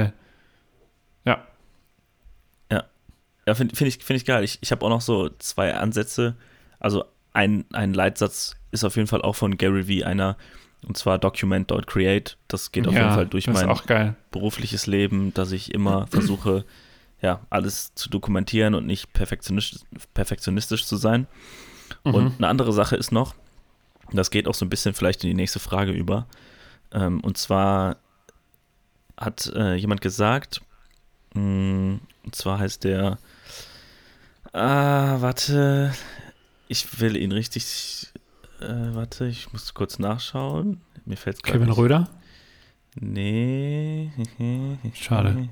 finde ich geil. Ich habe auch noch so 2 Ansätze. Also ein Leitsatz ist auf jeden Fall auch von Gary Vee einer, und zwar Document, don't create. Das geht auf jeden Fall durch mein berufliches Leben, dass ich immer versuche, ja, alles zu dokumentieren und nicht perfektionistisch zu sein. Und eine andere Sache ist noch, das geht auch so ein bisschen vielleicht in die nächste Frage über, und zwar hat jemand gesagt, und zwar heißt der, warte, ich will ihn richtig, warte, ich muss kurz nachschauen. Mir fällt es gerade Kevin nicht. Röder? Nee. Schade.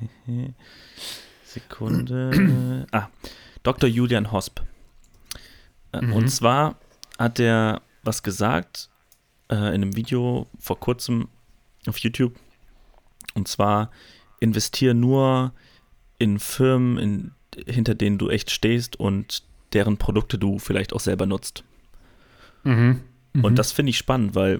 Sekunde. Dr. Julian Hosp. Und zwar hat er was gesagt in einem Video vor kurzem auf YouTube. Und zwar investiere nur in Firmen, hinter denen du echt stehst und deren Produkte du vielleicht auch selber nutzt. Und das finde ich spannend, weil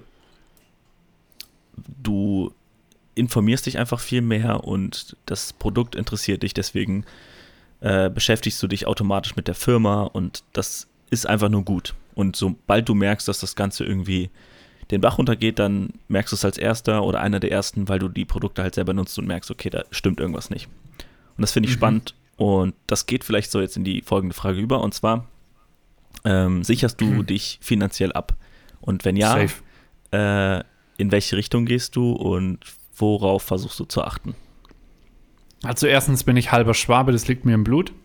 du informierst dich einfach viel mehr und das Produkt interessiert dich, deswegen beschäftigst du dich automatisch mit der Firma und das ist einfach nur gut. Und sobald du merkst, dass das Ganze irgendwie den Bach runtergeht, dann merkst du es als Erster oder einer der Ersten, weil du die Produkte halt selber nutzt und merkst, okay, da stimmt irgendwas nicht. Und das finde ich spannend und das geht vielleicht so jetzt in die folgende Frage über, und zwar sicherst du dich finanziell ab? Und wenn ja, in welche Richtung gehst du und worauf versuchst du zu achten? Also erstens bin ich halber Schwabe, das liegt mir im Blut.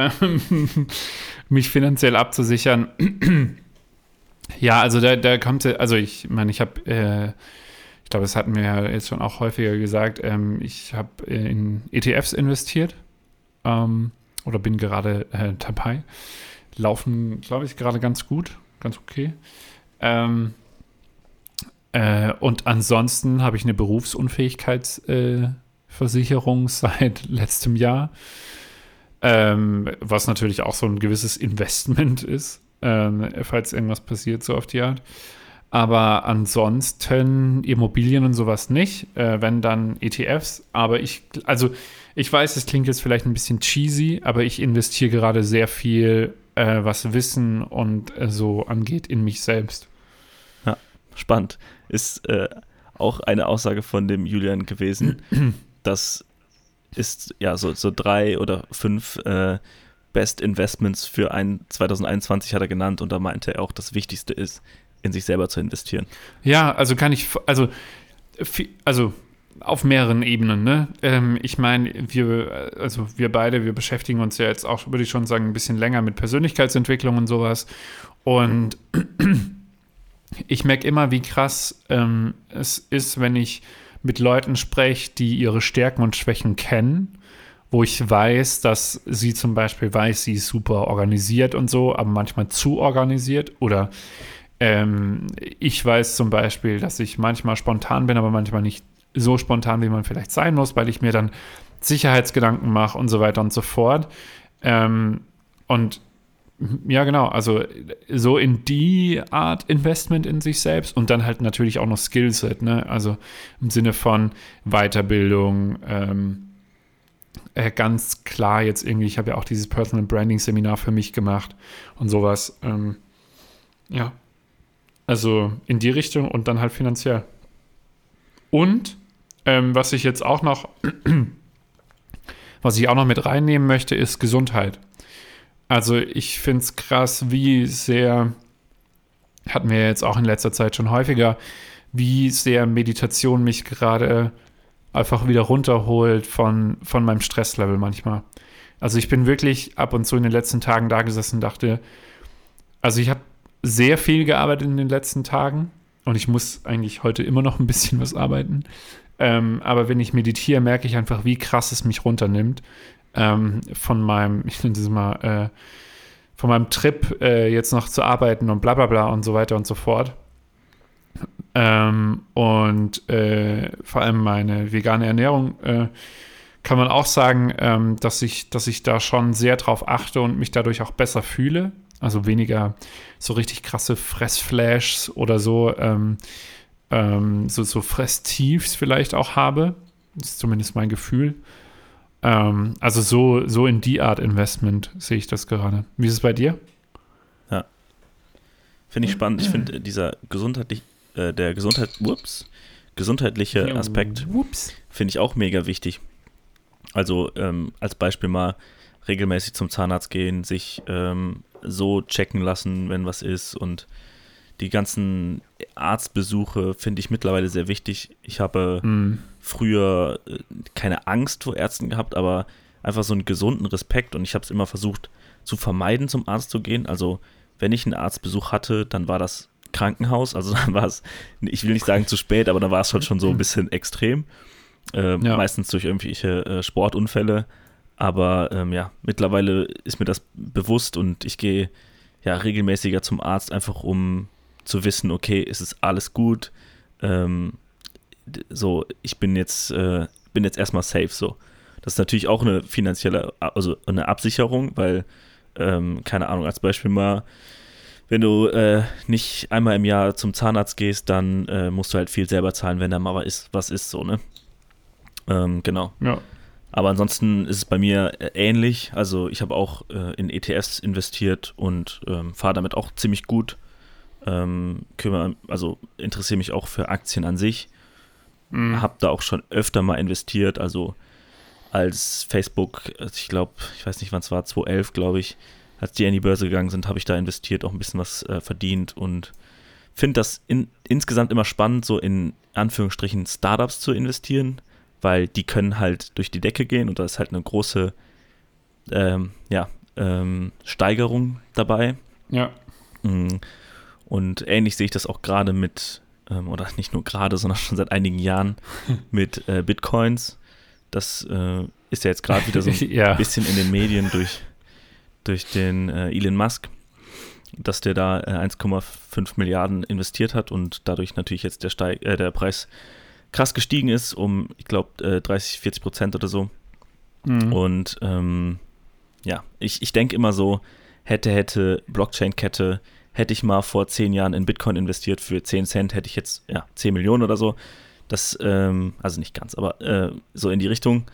Mich finanziell abzusichern. Ja, also da kommt, also ich meine, ich habe, ich glaube, das hatten wir ja jetzt schon auch häufiger gesagt, ich habe in ETFs investiert oder bin gerade dabei. Laufen, glaube ich, gerade ganz gut, ganz okay. Und ansonsten habe ich eine Berufsunfähigkeitsversicherung seit letztem Jahr, was natürlich auch so ein gewisses Investment ist, falls irgendwas passiert, so auf die Art. Aber ansonsten Immobilien und sowas nicht, wenn dann ETFs. Aber ich weiß, es klingt jetzt vielleicht ein bisschen cheesy, aber ich investiere gerade sehr viel, was Wissen und so angeht, in mich selbst. Ja, spannend. Ist auch eine Aussage von dem Julian gewesen. Das ist ja so 3 oder 5 Best Investments für 2021 hat er genannt und da meinte er auch, das Wichtigste ist, in sich selber zu investieren. Ja, also auf mehreren Ebenen, ne? Ich meine, wir beide, wir beschäftigen uns ja jetzt auch, würde ich schon sagen, ein bisschen länger mit Persönlichkeitsentwicklung und sowas. Und ich merke immer, wie krass es ist, wenn ich mit Leuten spreche, die ihre Stärken und Schwächen kennen, wo ich weiß, dass sie zum Beispiel sie ist super organisiert und so, aber manchmal zu organisiert. Oder ich weiß zum Beispiel, dass ich manchmal spontan bin, aber manchmal nicht so spontan, wie man vielleicht sein muss, weil ich mir dann Sicherheitsgedanken mache und so weiter und so fort. Und ja, genau, also so in die Art Investment in sich selbst und dann halt natürlich auch noch Skillset, ne? Also im Sinne von Weiterbildung, ganz klar jetzt irgendwie, ich habe ja auch dieses Personal Branding Seminar für mich gemacht und sowas. Ja, also in die Richtung und dann halt finanziell. Und was ich auch noch mit reinnehmen möchte, ist Gesundheit. Also ich finde es krass, wie sehr hatten wir jetzt auch in letzter Zeit schon häufiger, wie sehr Meditation mich gerade einfach wieder runterholt von meinem Stresslevel manchmal. Also ich bin wirklich ab und zu in den letzten Tagen da gesessen und dachte, also ich habe sehr viel gearbeitet in den letzten Tagen und ich muss eigentlich heute immer noch ein bisschen was arbeiten. Aber wenn ich meditiere, merke ich einfach, wie krass es mich runternimmt von meinem, ich nenne es mal, von meinem Trip jetzt noch zu arbeiten und bla bla bla und so weiter und so fort. Und vor allem meine vegane Ernährung kann man auch sagen, dass ich da schon sehr drauf achte und mich dadurch auch besser fühle. Also weniger so richtig krasse Fressflashs oder so Fresstiefs vielleicht auch habe. Das ist zumindest mein Gefühl. Also so in die Art Investment sehe ich das gerade. Wie ist es bei dir? Ja. Finde ich spannend. Ich finde gesundheitliche Aspekt finde ich auch mega wichtig. Also als Beispiel mal regelmäßig zum Zahnarzt gehen, sich so checken lassen, wenn was ist, und die ganzen Arztbesuche finde ich mittlerweile sehr wichtig. Ich habe früher keine Angst vor Ärzten gehabt, aber einfach so einen gesunden Respekt, und ich habe es immer versucht zu vermeiden, zum Arzt zu gehen. Also wenn ich einen Arztbesuch hatte, dann war das Krankenhaus, also dann war es, ich will nicht sagen zu spät, aber dann war es halt schon so ein bisschen extrem. Meistens durch irgendwelche Sportunfälle. Aber mittlerweile ist mir das bewusst und ich gehe ja regelmäßiger zum Arzt, einfach um zu wissen, okay, ist es alles gut? Ich bin jetzt erstmal safe so. Das ist natürlich auch eine finanzielle, also eine Absicherung, weil, keine Ahnung, als Beispiel mal, wenn du nicht einmal im Jahr zum Zahnarzt gehst, dann musst du halt viel selber zahlen, wenn da mal was ist, so, ne? Genau. Ja. Aber ansonsten ist es bei mir ähnlich. Also ich habe auch in ETFs investiert und fahre damit auch ziemlich gut. Interessiere mich auch für Aktien an sich. Habe da auch schon öfter mal investiert. Also als Facebook, ich weiß nicht wann es war, 2011 glaube ich, als die an die Börse gegangen sind, habe ich da investiert, auch ein bisschen was verdient und finde das insgesamt immer spannend, so in Anführungsstrichen Startups zu investieren, weil die können halt durch die Decke gehen und da ist halt eine große Steigerung dabei. Ja. Und ähnlich sehe ich das auch gerade mit, oder nicht nur gerade, sondern schon seit einigen Jahren mit Bitcoins. Das ist ja jetzt gerade wieder so ein bisschen in den Medien durch den Elon Musk, dass der da 1,5 Milliarden investiert hat und dadurch natürlich jetzt der Preis krass gestiegen ist, um, ich glaube, 30-40% oder so. Und ich denke immer so, hätte Blockchain-Kette, hätte ich mal vor 10 Jahren in Bitcoin investiert für 10 Cent, hätte ich jetzt 10 Millionen oder so. Das, also nicht ganz, aber so in die Richtung,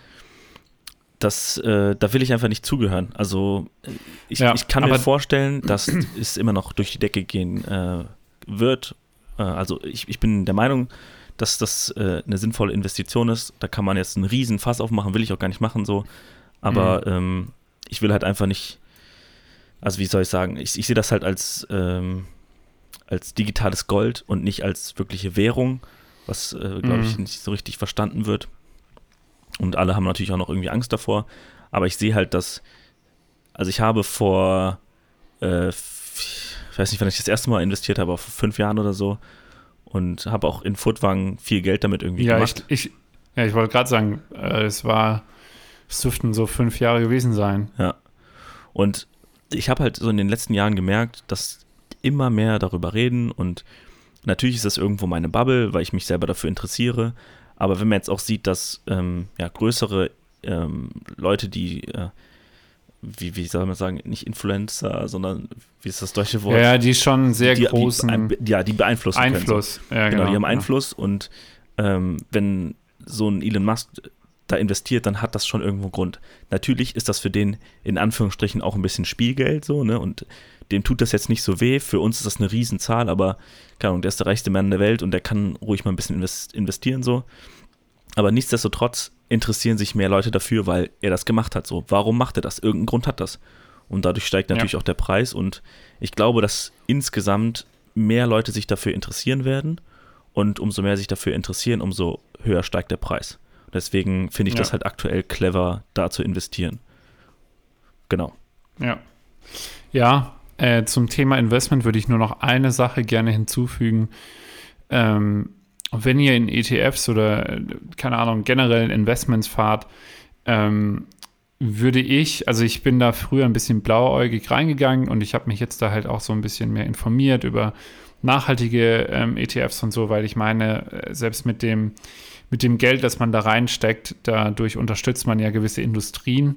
da will ich einfach nicht zugehören. Also ich kann mir vorstellen, dass es immer noch durch die Decke gehen wird. Also ich bin der Meinung, dass das eine sinnvolle Investition ist. Da kann man jetzt einen riesen Fass aufmachen, will ich auch gar nicht machen so. Aber ich will halt einfach nicht, also wie soll ich sagen, ich sehe das halt als digitales Gold und nicht als wirkliche Währung, was, glaube ich, nicht so richtig verstanden wird. Und alle haben natürlich auch noch irgendwie Angst davor. Aber ich sehe halt, ich habe vor, ich weiß nicht, wann ich das erste Mal investiert habe, aber vor 5 Jahren oder so, und habe auch in Furtwangen viel Geld damit irgendwie gemacht. Ich wollte gerade sagen, es dürften so 5 Jahre gewesen sein. Ja. Und ich habe halt so in den letzten Jahren gemerkt, dass immer mehr darüber reden, und natürlich ist das irgendwo meine Bubble, weil ich mich selber dafür interessiere. Aber wenn man jetzt auch sieht, dass größere Leute, die wie soll man sagen, nicht Influencer, sondern wie ist das deutsche Wort? Ja, die schon sehr großen die beeinflussen Einfluss können. So. Genau, die haben Einfluss, und wenn so ein Elon Musk da investiert, dann hat das schon irgendwo Grund. Natürlich ist das für den in Anführungsstrichen auch ein bisschen Spielgeld, so, ne, und dem tut das jetzt nicht so weh. Für uns ist das eine Riesenzahl, aber keine Ahnung, der ist der reichste Mann der Welt und der kann ruhig mal ein bisschen investieren, so. Aber nichtsdestotrotz interessieren sich mehr Leute dafür, weil er das gemacht hat. So, warum macht er das? Irgendein Grund hat das. Und dadurch steigt natürlich auch der Preis. Und ich glaube, dass insgesamt mehr Leute sich dafür interessieren werden und umso mehr sich dafür interessieren, umso höher steigt der Preis. Deswegen finde ich das halt aktuell clever, da zu investieren. Genau. Ja, zum Thema Investment würde ich nur noch eine Sache gerne hinzufügen. Wenn ihr in ETFs oder, keine Ahnung, generell Investments fahrt, würde ich bin da früher ein bisschen blauäugig reingegangen und ich habe mich jetzt da halt auch so ein bisschen mehr informiert über nachhaltige ETFs und so, weil ich meine, selbst mit dem Geld, das man da reinsteckt, dadurch unterstützt man ja gewisse Industrien.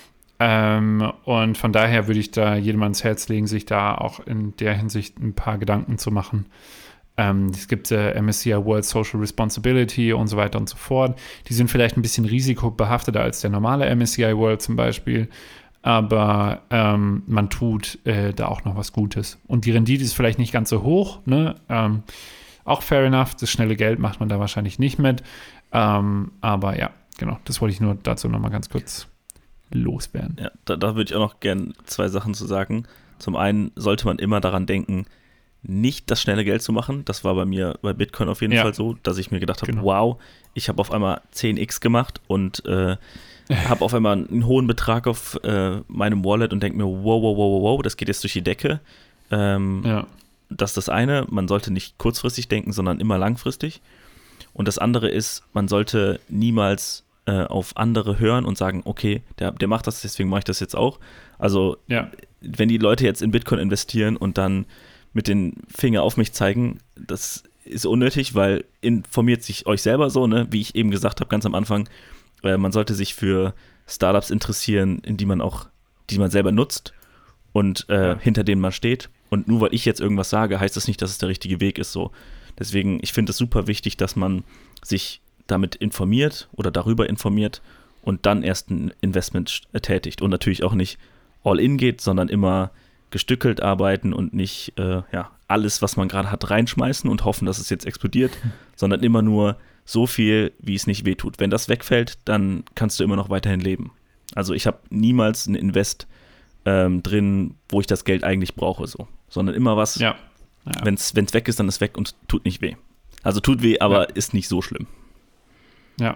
Und von daher würde ich da jedem ans Herz legen, sich da auch in der Hinsicht ein paar Gedanken zu machen. Es gibt MSCI World Social Responsibility und so weiter und so fort. Die sind vielleicht ein bisschen risikobehafteter als der normale MSCI World zum Beispiel, aber man tut da auch noch was Gutes. Und die Rendite ist vielleicht nicht ganz so hoch, ne? Auch fair enough, das schnelle Geld macht man da wahrscheinlich nicht mit. Aber ja, genau, das wollte ich nur dazu nochmal ganz kurz loswerden. Ja, da würde ich auch noch gerne 2 Sachen zu sagen. Zum einen sollte man immer daran denken, nicht das schnelle Geld zu machen. Das war bei mir bei Bitcoin auf jeden Fall so, dass ich mir gedacht habe, wow, ich habe auf einmal 10x gemacht und habe auf einmal einen hohen Betrag auf meinem Wallet und denke mir, wow, das geht jetzt durch die Decke. Das ist das eine, man sollte nicht kurzfristig denken, sondern immer langfristig. Und das andere ist, man sollte niemals auf andere hören und sagen, okay, der macht das, deswegen mache ich das jetzt auch. Also, wenn die Leute jetzt in Bitcoin investieren und dann mit den Finger auf mich zeigen, das ist unnötig, weil informiert sich euch selber so, ne? Wie ich eben gesagt habe, ganz am Anfang, man sollte sich für Startups interessieren, die man selber nutzt und hinter denen man steht. Und nur weil ich jetzt irgendwas sage, heißt das nicht, dass es der richtige Weg ist. So. Deswegen, ich finde es super wichtig, dass man sich damit informiert oder darüber informiert und dann erst ein Investment tätigt. Und natürlich auch nicht all in geht, sondern immer gestückelt arbeiten und nicht alles, was man gerade hat, reinschmeißen und hoffen, dass es jetzt explodiert, sondern immer nur so viel, wie es nicht wehtut. Wenn das wegfällt, dann kannst du immer noch weiterhin leben. Also ich habe niemals ein Invest drin, wo ich das Geld eigentlich brauche, so, sondern immer was, wenn es weg ist, dann ist weg und tut nicht weh. Also tut weh, aber ist nicht so schlimm. Ja.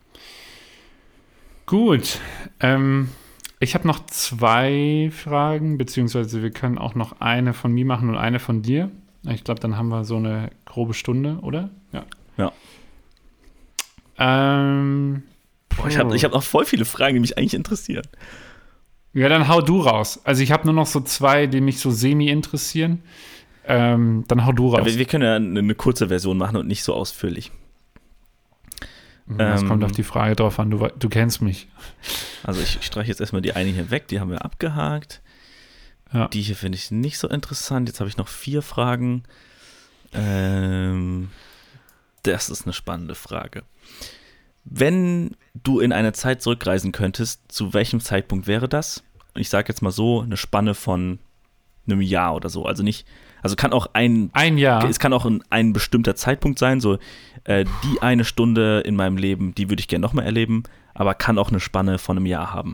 Gut. Ich habe noch 2 Fragen, beziehungsweise wir können auch noch eine von mir machen und eine von dir. Ich glaube, dann haben wir so eine grobe Stunde, oder? Ja. Ich hab noch voll viele Fragen, die mich eigentlich interessieren. Ja, dann hau du raus. Also ich habe nur noch so 2, die mich so semi interessieren. Dann hau du raus. Ja, wir können ja eine kurze Version machen und nicht so ausführlich. Das kommt auf die Frage drauf an, du kennst mich. Also ich streiche jetzt erstmal die eine hier weg, die haben wir abgehakt. Ja. Die hier finde ich nicht so interessant. Jetzt habe ich noch 4 Fragen. Das ist eine spannende Frage. Wenn du in eine Zeit zurückreisen könntest, zu welchem Zeitpunkt wäre das? Und ich sage jetzt mal so, eine Spanne von einem Jahr oder so. Also kann auch ein Jahr. Es kann auch ein bestimmter Zeitpunkt sein, so die eine Stunde in meinem Leben, die würde ich gerne nochmal erleben, aber kann auch eine Spanne von einem Jahr haben.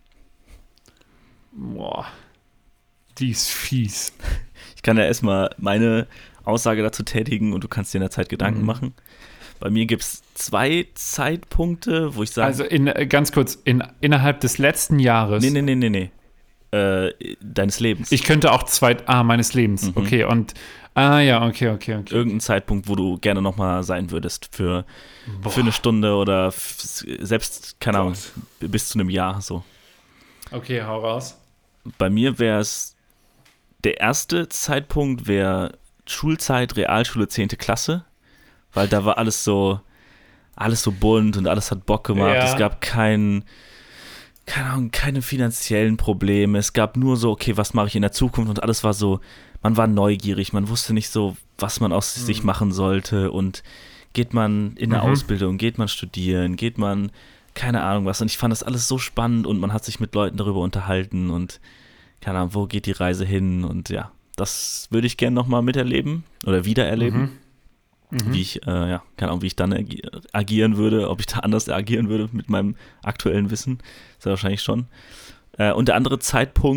Boah, die ist fies. Ich kann ja erstmal meine Aussage dazu tätigen und du kannst dir in der Zeit Gedanken machen. Bei mir gibt es 2 Zeitpunkte, wo ich sage... Also ganz kurz, innerhalb des letzten Jahres... Nee. Deines Lebens. Ich könnte auch meines Lebens. Okay, und... okay. Irgendein Zeitpunkt, wo du gerne nochmal sein würdest für eine Stunde oder selbst, keine Ahnung, bis zu einem Jahr so. Okay, hau raus. Bei mir wäre es... Der erste Zeitpunkt wäre Schulzeit, Realschule, 10. Klasse. Weil da war alles so bunt und alles hat Bock gemacht. Ja. Es gab keine finanziellen Probleme. Es gab nur so, okay, was mache ich in der Zukunft? Und alles war so, man war neugierig. Man wusste nicht so, was man aus sich machen sollte. Und geht man in eine Ausbildung, geht man studieren, geht man, keine Ahnung was. Und ich fand das alles so spannend und man hat sich mit Leuten darüber unterhalten und keine Ahnung, wo geht die Reise hin? Und ja, das würde ich gerne nochmal miterleben oder wiedererleben. Wie ich, keine Ahnung, wie ich dann agieren würde, ob ich da anders agieren würde mit meinem aktuellen Wissen. Ist ja wahrscheinlich schon. Und der andere Zeitpunkt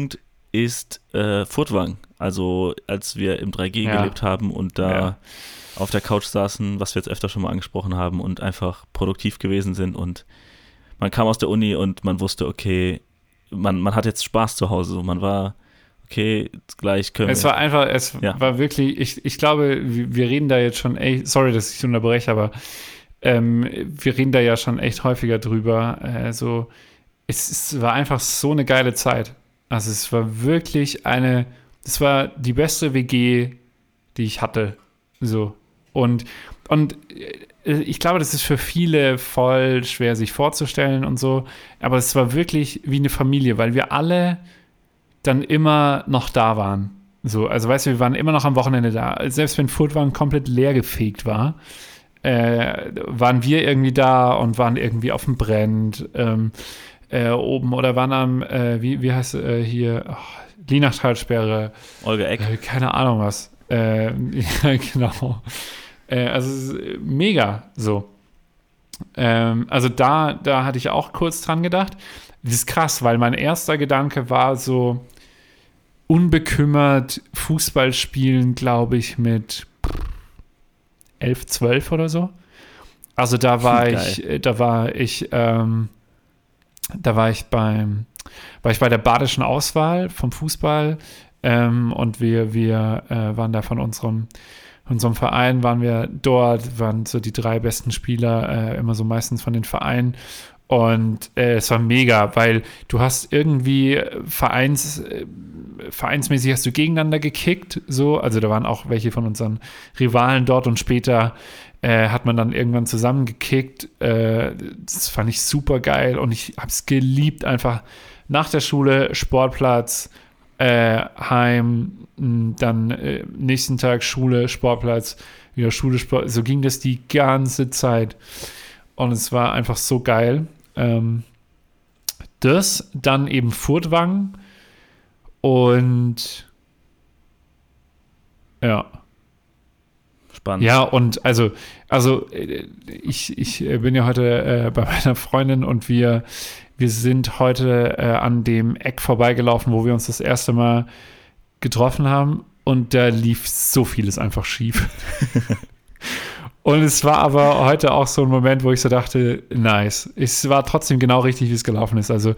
ist Furtwang. Also als wir im 3G gelebt haben und da auf der Couch saßen, was wir jetzt öfter schon mal angesprochen haben und einfach produktiv gewesen sind und man kam aus der Uni und man wusste, okay, man hat jetzt Spaß zu Hause. So, man war, okay, gleich können wir. Es war einfach, war wirklich, ich glaube, wir reden da jetzt schon echt, sorry, dass ich unterbreche, aber wir reden da ja schon echt häufiger drüber. Es war einfach so eine geile Zeit. Also es war wirklich es war die beste WG, die ich hatte. So. Und ich glaube, das ist für viele voll schwer, sich vorzustellen und so. Aber es war wirklich wie eine Familie, weil wir alle dann immer noch da waren. So, also weißt du, wir waren immer noch am Wochenende da. Selbst wenn Furtwang komplett leergefegt war, waren wir irgendwie da und waren irgendwie auf dem Brand oben oder waren am, wie heißt hier, Lienachtalsperre. Olga Eck. Keine Ahnung was. Ja, genau. Also mega so. Also da hatte ich auch kurz dran gedacht. Das ist krass, weil mein erster Gedanke war so unbekümmert Fußball spielen, glaube ich, mit 11, 12 oder so. Also da war ich bei der badischen Auswahl vom Fußball und wir waren da von unserem Verein, waren wir dort, waren so die 3 besten Spieler, immer so meistens von den Vereinen. Und es war mega, weil du hast irgendwie vereinsmäßig hast du gegeneinander gekickt, so. Also da waren auch welche von unseren Rivalen dort und später hat man dann irgendwann zusammengekickt. Das fand ich super geil und ich habe es geliebt, einfach nach der Schule, Sportplatz, heim, dann nächsten Tag Schule, Sportplatz, wieder Schule, Sport. So ging das die ganze Zeit. Und es war einfach so geil. Das, dann eben Furtwang und ja. Spannend. Ja, und also ich bin ja heute bei meiner Freundin und wir sind heute an dem Eck vorbeigelaufen, wo wir uns das erste Mal getroffen haben und da lief so vieles einfach schief. Und es war aber heute auch so ein Moment, wo ich so dachte, nice. Es war trotzdem genau richtig, wie es gelaufen ist. Also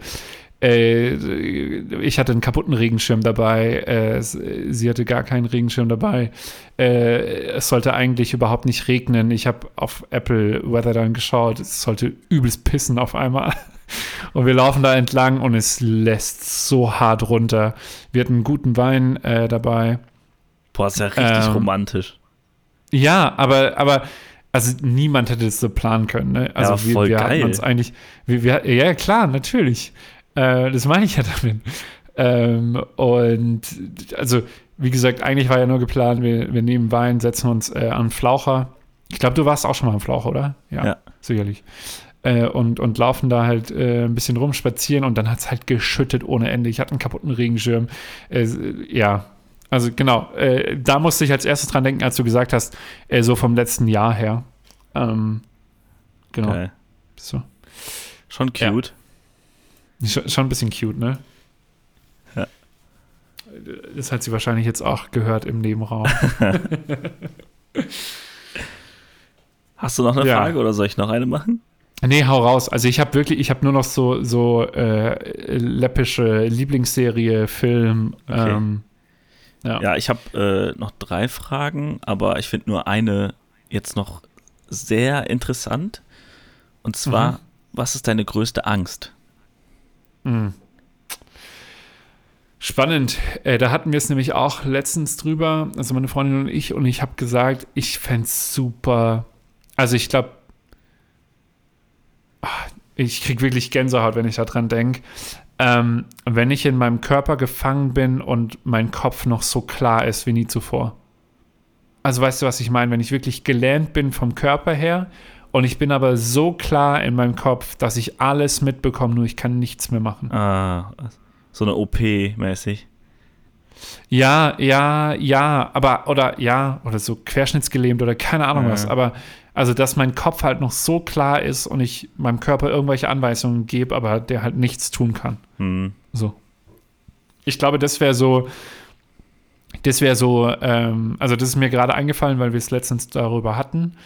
ich hatte einen kaputten Regenschirm dabei, sie hatte gar keinen Regenschirm dabei. Es sollte eigentlich überhaupt nicht regnen. Ich habe auf Apple Weather dann geschaut, es sollte übelst pissen auf einmal. Und wir laufen da entlang und es lässt so hart runter. Wir hatten einen guten Wein dabei. Boah, ist ja richtig romantisch. Ja, aber also niemand hätte das so planen können. Ne? Also ja, voll wir geil. hatten uns eigentlich, ja klar, natürlich. Das meine ich ja damit. Und also, wie gesagt, eigentlich war ja nur geplant, wir nehmen Wein, setzen uns an Flaucher. Ich glaube, du warst auch schon mal am Flaucher, oder? Ja. Sicherlich. Und laufen da halt ein bisschen rum, spazieren und dann hat es halt geschüttet ohne Ende. Ich hatte einen kaputten Regenschirm. Ja, also genau, da musste ich als erstes dran denken, als du gesagt hast, so vom letzten Jahr her. Genau. Okay. So. Schon cute. Ja. Schon ein bisschen cute, ne? Ja. Das hat sie wahrscheinlich jetzt auch gehört im Nebenraum. Hast du noch eine Frage oder soll ich noch eine machen? Nee, hau raus. Also ich habe nur noch so läppische Lieblingsserie, Film. Okay. Ja, ich habe noch 3 Fragen, aber ich finde nur eine jetzt noch sehr interessant. Und zwar, was ist deine größte Angst? Spannend. Da hatten wir es nämlich auch letztens drüber, also meine Freundin und ich habe gesagt, ich fände es super. Also ich glaube, ich kriege wirklich Gänsehaut, wenn ich daran denke. Wenn ich in meinem Körper gefangen bin und mein Kopf noch so klar ist wie nie zuvor. Also weißt du, was ich meine? Wenn ich wirklich gelähmt bin vom Körper her und ich bin aber so klar in meinem Kopf, dass ich alles mitbekomme, nur ich kann nichts mehr machen. Ah, so eine OP-mäßig. Ja, oder so querschnittsgelähmt oder keine Ahnung was, aber also, dass mein Kopf halt noch so klar ist und ich meinem Körper irgendwelche Anweisungen gebe, aber der halt nichts tun kann. So. Ich glaube, das wäre so, also das ist mir gerade eingefallen, weil wir es letztens darüber hatten.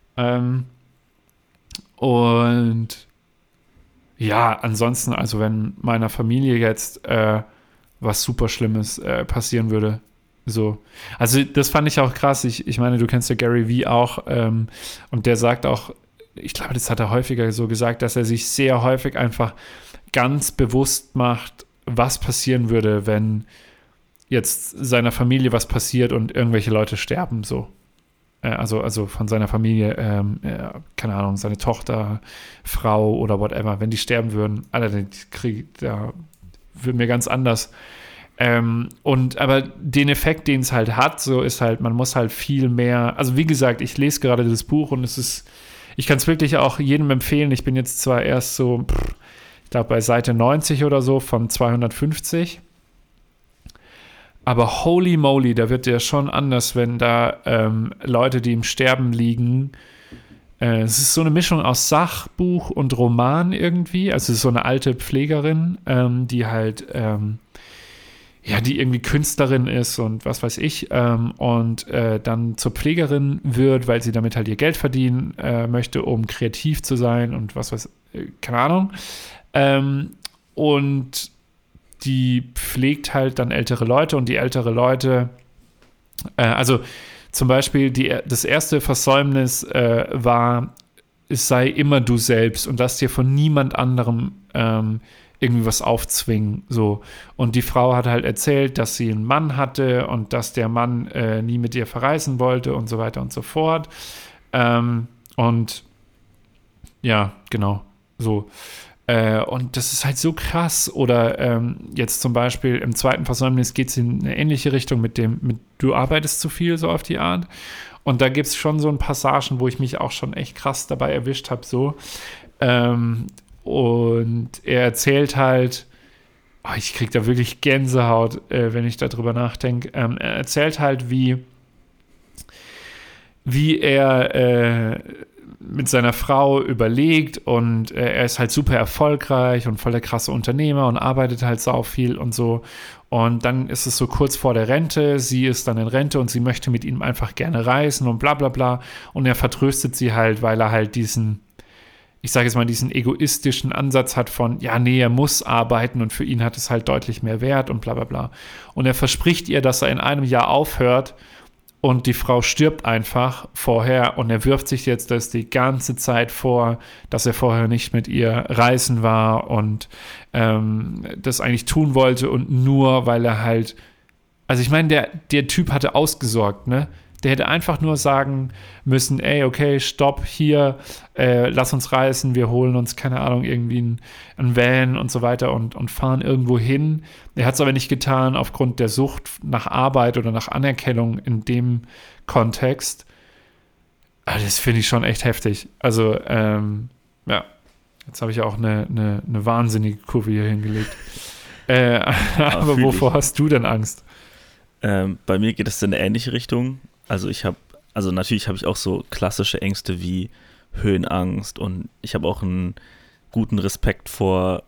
Und ja, ansonsten, also wenn meiner Familie jetzt was super Schlimmes passieren würde, so. Also das fand ich auch krass. Ich meine, du kennst ja Gary Vee auch und der sagt auch, ich glaube, das hat er häufiger so gesagt, dass er sich sehr häufig einfach ganz bewusst macht, was passieren würde, wenn jetzt seiner Familie was passiert und irgendwelche Leute sterben, so. Also von seiner Familie, keine Ahnung, seine Tochter, Frau oder whatever, wenn die sterben würden, Alter, da wird mir ganz anders. Aber den Effekt, den es halt hat, so ist halt, man muss halt viel mehr, also wie gesagt, ich lese gerade das Buch und ich kann es wirklich auch jedem empfehlen. Ich bin jetzt zwar erst so, ich glaube bei Seite 90 oder so von 250, aber holy moly, da wird der schon anders, wenn da Leute, die im Sterben liegen, es ist so eine Mischung aus Sachbuch und Roman irgendwie, also es ist so eine alte Pflegerin, die halt die irgendwie Künstlerin ist und was weiß ich, und dann zur Pflegerin wird, weil sie damit halt ihr Geld verdienen möchte, um kreativ zu sein und was weiß keine Ahnung. Und die pflegt halt dann ältere Leute und die ältere Leute, also zum Beispiel das erste Versäumnis war, es sei immer du selbst und lass dir von niemand anderem irgendwie was aufzwingen, so. Und die Frau hat halt erzählt, dass sie einen Mann hatte und dass der Mann nie mit ihr verreisen wollte und so weiter und so fort. Und ja, genau, so. Und das ist halt so krass. Oder jetzt zum Beispiel im zweiten Versäumnis geht es in eine ähnliche Richtung mit du arbeitest zu viel, so auf die Art. Und da gibt es schon so ein Passagen, wo ich mich auch schon echt krass dabei erwischt habe, so. Und er erzählt halt, ich kriege da wirklich Gänsehaut, wenn ich darüber nachdenke. Er erzählt halt, wie er mit seiner Frau überlegt und er ist halt super erfolgreich und voll der krasse Unternehmer und arbeitet halt sau viel und so. Und dann ist es so kurz vor der Rente, sie ist dann in Rente und sie möchte mit ihm einfach gerne reisen und bla bla bla. Und er vertröstet sie halt, weil er halt diesen egoistischen Ansatz hat von, ja, nee, er muss arbeiten und für ihn hat es halt deutlich mehr Wert und bla bla bla. Und er verspricht ihr, dass er in einem Jahr aufhört und die Frau stirbt einfach vorher und er wirft sich jetzt das die ganze Zeit vor, dass er vorher nicht mit ihr reisen war und das eigentlich tun wollte und nur, weil er halt, also ich meine, der Typ hatte ausgesorgt, ne? Der hätte einfach nur sagen müssen, ey, okay, stopp, hier, lass uns reisen, wir holen uns, keine Ahnung, irgendwie einen Van und so weiter und fahren irgendwo hin. Er hat es aber nicht getan aufgrund der Sucht nach Arbeit oder nach Anerkennung in dem Kontext. Also das finde ich schon echt heftig. Also, ja, jetzt habe ich auch eine wahnsinnige Kurve hier hingelegt. Aber wovor hast du denn Angst? Bei mir geht es in eine ähnliche Richtung. Also natürlich habe ich auch so klassische Ängste wie Höhenangst und ich habe auch einen guten Respekt vor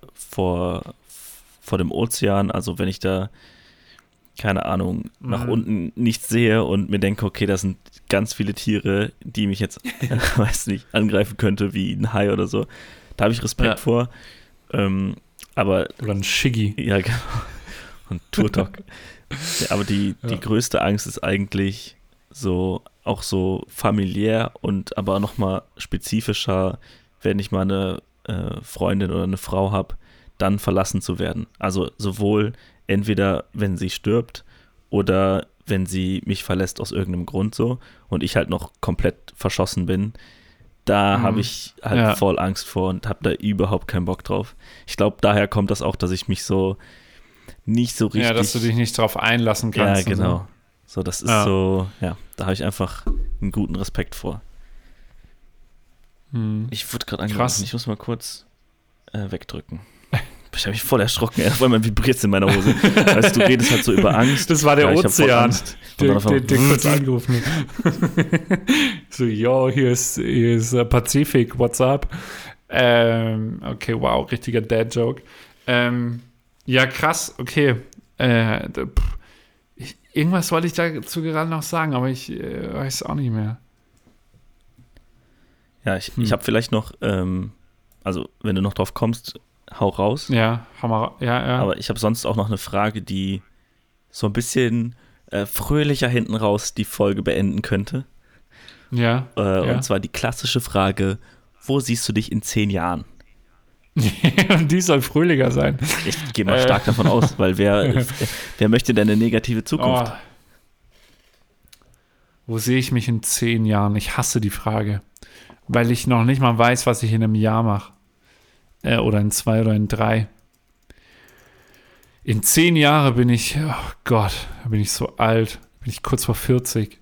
dem Ozean. Also wenn ich da, keine Ahnung, nach unten nichts sehe und mir denke, okay, da sind ganz viele Tiere, die mich jetzt, weiß nicht, angreifen könnte, wie ein Hai oder so. Da habe ich Respekt vor. Aber oder ein Shiggy. Ja, genau. Und Turtok. Ja, aber die größte Angst ist eigentlich auch so familiär und aber nochmal spezifischer, wenn ich mal eine Freundin oder eine Frau habe, dann verlassen zu werden. Also sowohl entweder, wenn sie stirbt oder wenn sie mich verlässt aus irgendeinem Grund so und ich halt noch komplett verschossen bin, da habe ich halt voll Angst vor und habe da überhaupt keinen Bock drauf. Ich glaube, daher kommt das auch, dass ich mich so nicht so richtig... Ja, dass du dich nicht drauf einlassen kannst. Ja, genau. So, das ist so, ja, da habe ich einfach einen guten Respekt vor. Ich wurde gerade angegriffen, ich muss mal kurz wegdrücken. Ich habe mich voll erschrocken, weil man vibriert in meiner Hose. Weißt du, redest halt so über Angst. Das war der Ozean, der kurz angerufen hat. So, yo, hier ist Pazifik, what's up? Okay, wow, richtiger Dad-Joke. Ja, krass, okay. Irgendwas wollte ich dazu gerade noch sagen, aber ich weiß es auch nicht mehr. Ja, ich habe vielleicht noch, also wenn du noch drauf kommst, hau raus. Ja, Hammer. Ja. Aber ich habe sonst auch noch eine Frage, die so ein bisschen fröhlicher hinten raus die Folge beenden könnte. Ja. Und zwar die klassische Frage, wo siehst du dich in 10 Jahren? Und die soll fröhlicher sein. Ich gehe mal stark davon aus, weil wer möchte denn eine negative Zukunft? Wo sehe ich mich in 10 Jahren? Ich hasse die Frage, weil ich noch nicht mal weiß, was ich in einem Jahr mache. Oder in 2 oder in 3. In 10 Jahren bin ich, oh Gott, da bin ich so alt, bin ich kurz vor 40.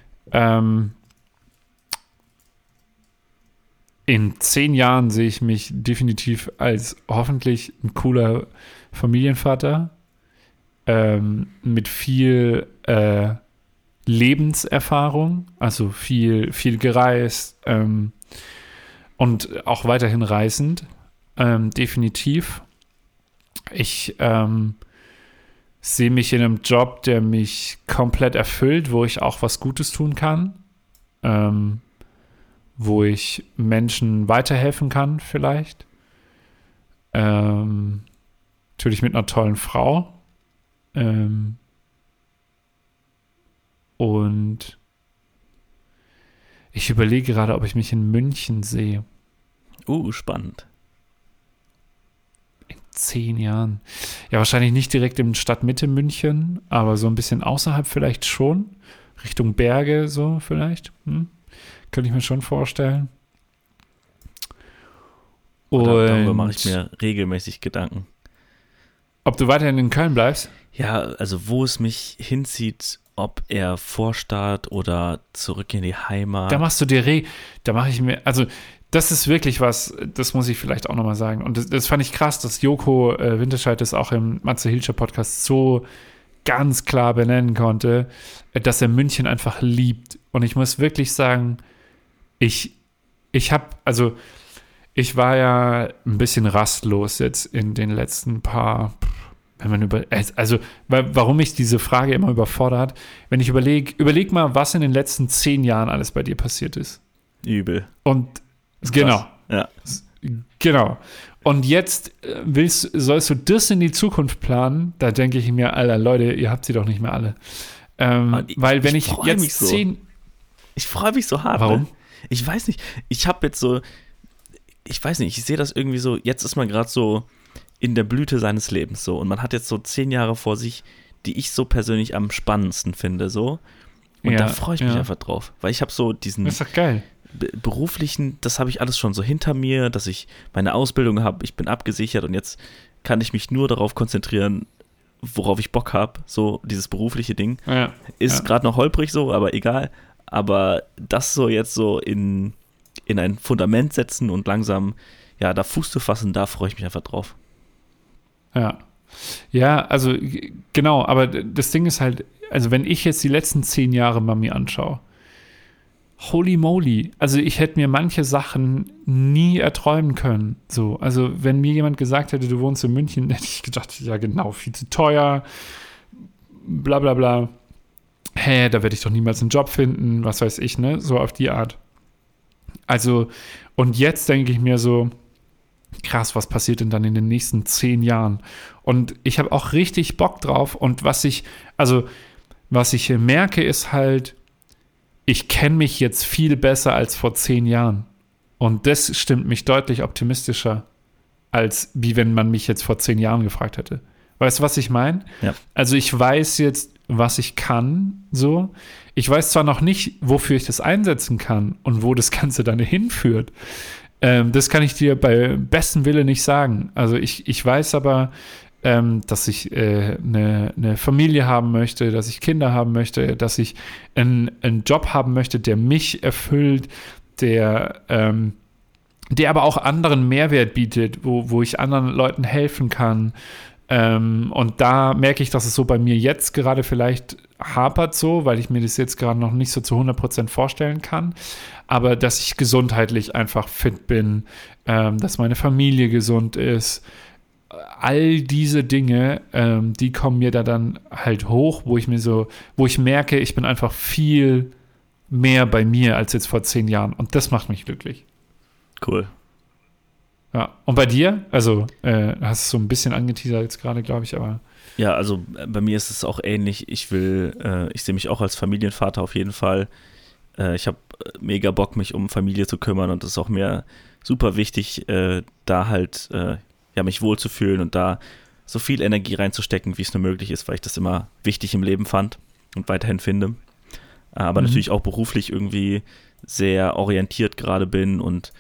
In 10 Jahren sehe ich mich definitiv als hoffentlich ein cooler Familienvater mit viel Lebenserfahrung, also viel gereist und auch weiterhin reisend, definitiv. Ich sehe mich in einem Job, der mich komplett erfüllt, wo ich auch was Gutes tun kann, wo ich Menschen weiterhelfen kann vielleicht. Natürlich mit einer tollen Frau. Und ich überlege gerade, ob ich mich in München sehe. Spannend. In 10 Jahren. Ja, wahrscheinlich nicht direkt in Stadtmitte München, aber so ein bisschen außerhalb vielleicht schon. Richtung Berge so vielleicht. Könnte ich mir schon vorstellen. Und darüber mache ich mir regelmäßig Gedanken. Ob du weiterhin in Köln bleibst? Ja, also wo es mich hinzieht, ob er Vorstadt oder zurück in die Heimat. Da machst du dir da mache ich mir, also das ist wirklich was, das muss ich vielleicht auch nochmal sagen. Und das fand ich krass, dass Joko Winterscheid das auch im Matze Hilscher Podcast so ganz klar benennen konnte, dass er München einfach liebt. Und ich muss wirklich sagen, ich war ja ein bisschen rastlos jetzt in den letzten paar, warum mich diese Frage immer überfordert, wenn ich überleg mal, was in den letzten 10 Jahren alles bei dir passiert ist. Übel. Und genau. Ja. Genau. Und jetzt sollst du das in die Zukunft planen, da denke ich mir, Alter, Leute, ihr habt sie doch nicht mehr alle. Weil wenn ich jetzt 10... Ich freue mich so hart. Warum? Ne? Ich weiß nicht. Ich habe jetzt so... Ich weiß nicht, ich sehe das irgendwie so, jetzt ist man gerade so in der Blüte seines Lebens so und man hat jetzt so 10 Jahre vor sich, die ich so persönlich am spannendsten finde so und da freue ich mich einfach drauf, weil ich habe so diesen das ist doch geil. Beruflichen, das habe ich alles schon so hinter mir, dass ich meine Ausbildung habe, ich bin abgesichert und jetzt kann ich mich nur darauf konzentrieren, worauf ich Bock habe, so dieses berufliche Ding. Ist gerade noch holprig so, aber egal, aber das so jetzt so in ein Fundament setzen und langsam, ja, da Fuß zu fassen, da freue ich mich einfach drauf. Ja, also genau, aber das Ding ist halt, also wenn ich jetzt die letzten 10 Jahre mal mir anschaue, holy moly, also ich hätte mir manche Sachen nie erträumen können. So, also wenn mir jemand gesagt hätte, du wohnst in München, hätte ich gedacht, ja genau, viel zu teuer, bla bla bla. Da werde ich doch niemals einen Job finden, was weiß ich, ne, so auf die Art. Also, und jetzt denke ich mir so, krass, was passiert denn dann in den nächsten 10 Jahren? Und ich habe auch richtig Bock drauf. Und was ich merke, ist halt, ich kenne mich jetzt viel besser als vor 10 Jahren. Und das stimmt mich deutlich optimistischer, als wie wenn man mich jetzt vor 10 Jahren gefragt hätte. Weißt du, was ich meine? Ja. Also ich weiß jetzt, was ich kann, so. Ich weiß zwar noch nicht, wofür ich das einsetzen kann und wo das Ganze dann hinführt. Das kann ich dir bei bestem Willen nicht sagen. Also ich weiß aber, dass ich eine Familie haben möchte, dass ich Kinder haben möchte, dass ich einen Job haben möchte, der mich erfüllt, der aber auch anderen Mehrwert bietet, wo ich anderen Leuten helfen kann. Und da merke ich, dass es so bei mir jetzt gerade vielleicht hapert so, weil ich mir das jetzt gerade noch nicht so zu 100% vorstellen kann. Aber dass ich gesundheitlich einfach fit bin, dass meine Familie gesund ist, all diese Dinge, die kommen mir da dann halt hoch, wo ich merke, ich bin einfach viel mehr bei mir als jetzt vor 10 Jahren. Und das macht mich glücklich. Cool. Ja. Und bei dir? Also, hast es so ein bisschen angeteasert jetzt gerade, glaube ich, aber. Ja, also bei mir ist es auch ähnlich. Ich sehe mich auch als Familienvater auf jeden Fall. Ich habe mega Bock, mich um Familie zu kümmern und es ist auch mir super wichtig, da halt mich wohlzufühlen und da so viel Energie reinzustecken, wie es nur möglich ist, weil ich das immer wichtig im Leben fand und weiterhin finde. Aber natürlich auch beruflich irgendwie sehr orientiert gerade bin und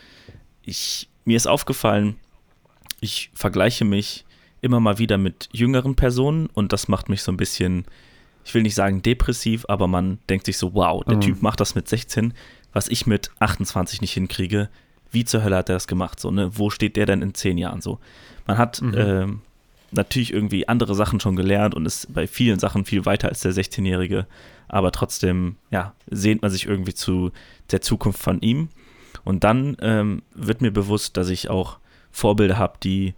mir ist aufgefallen, ich vergleiche mich immer mal wieder mit jüngeren Personen und das macht mich so ein bisschen, ich will nicht sagen depressiv, aber man denkt sich so, wow, der Typ macht das mit 16, was ich mit 28 nicht hinkriege. Wie zur Hölle hat er das gemacht? So, ne? Wo steht der denn in 10 Jahren? So, man hat natürlich irgendwie andere Sachen schon gelernt und ist bei vielen Sachen viel weiter als der 16-Jährige, aber trotzdem, sehnt man sich irgendwie zu der Zukunft von ihm. Und dann wird mir bewusst, dass ich auch Vorbilder habe, die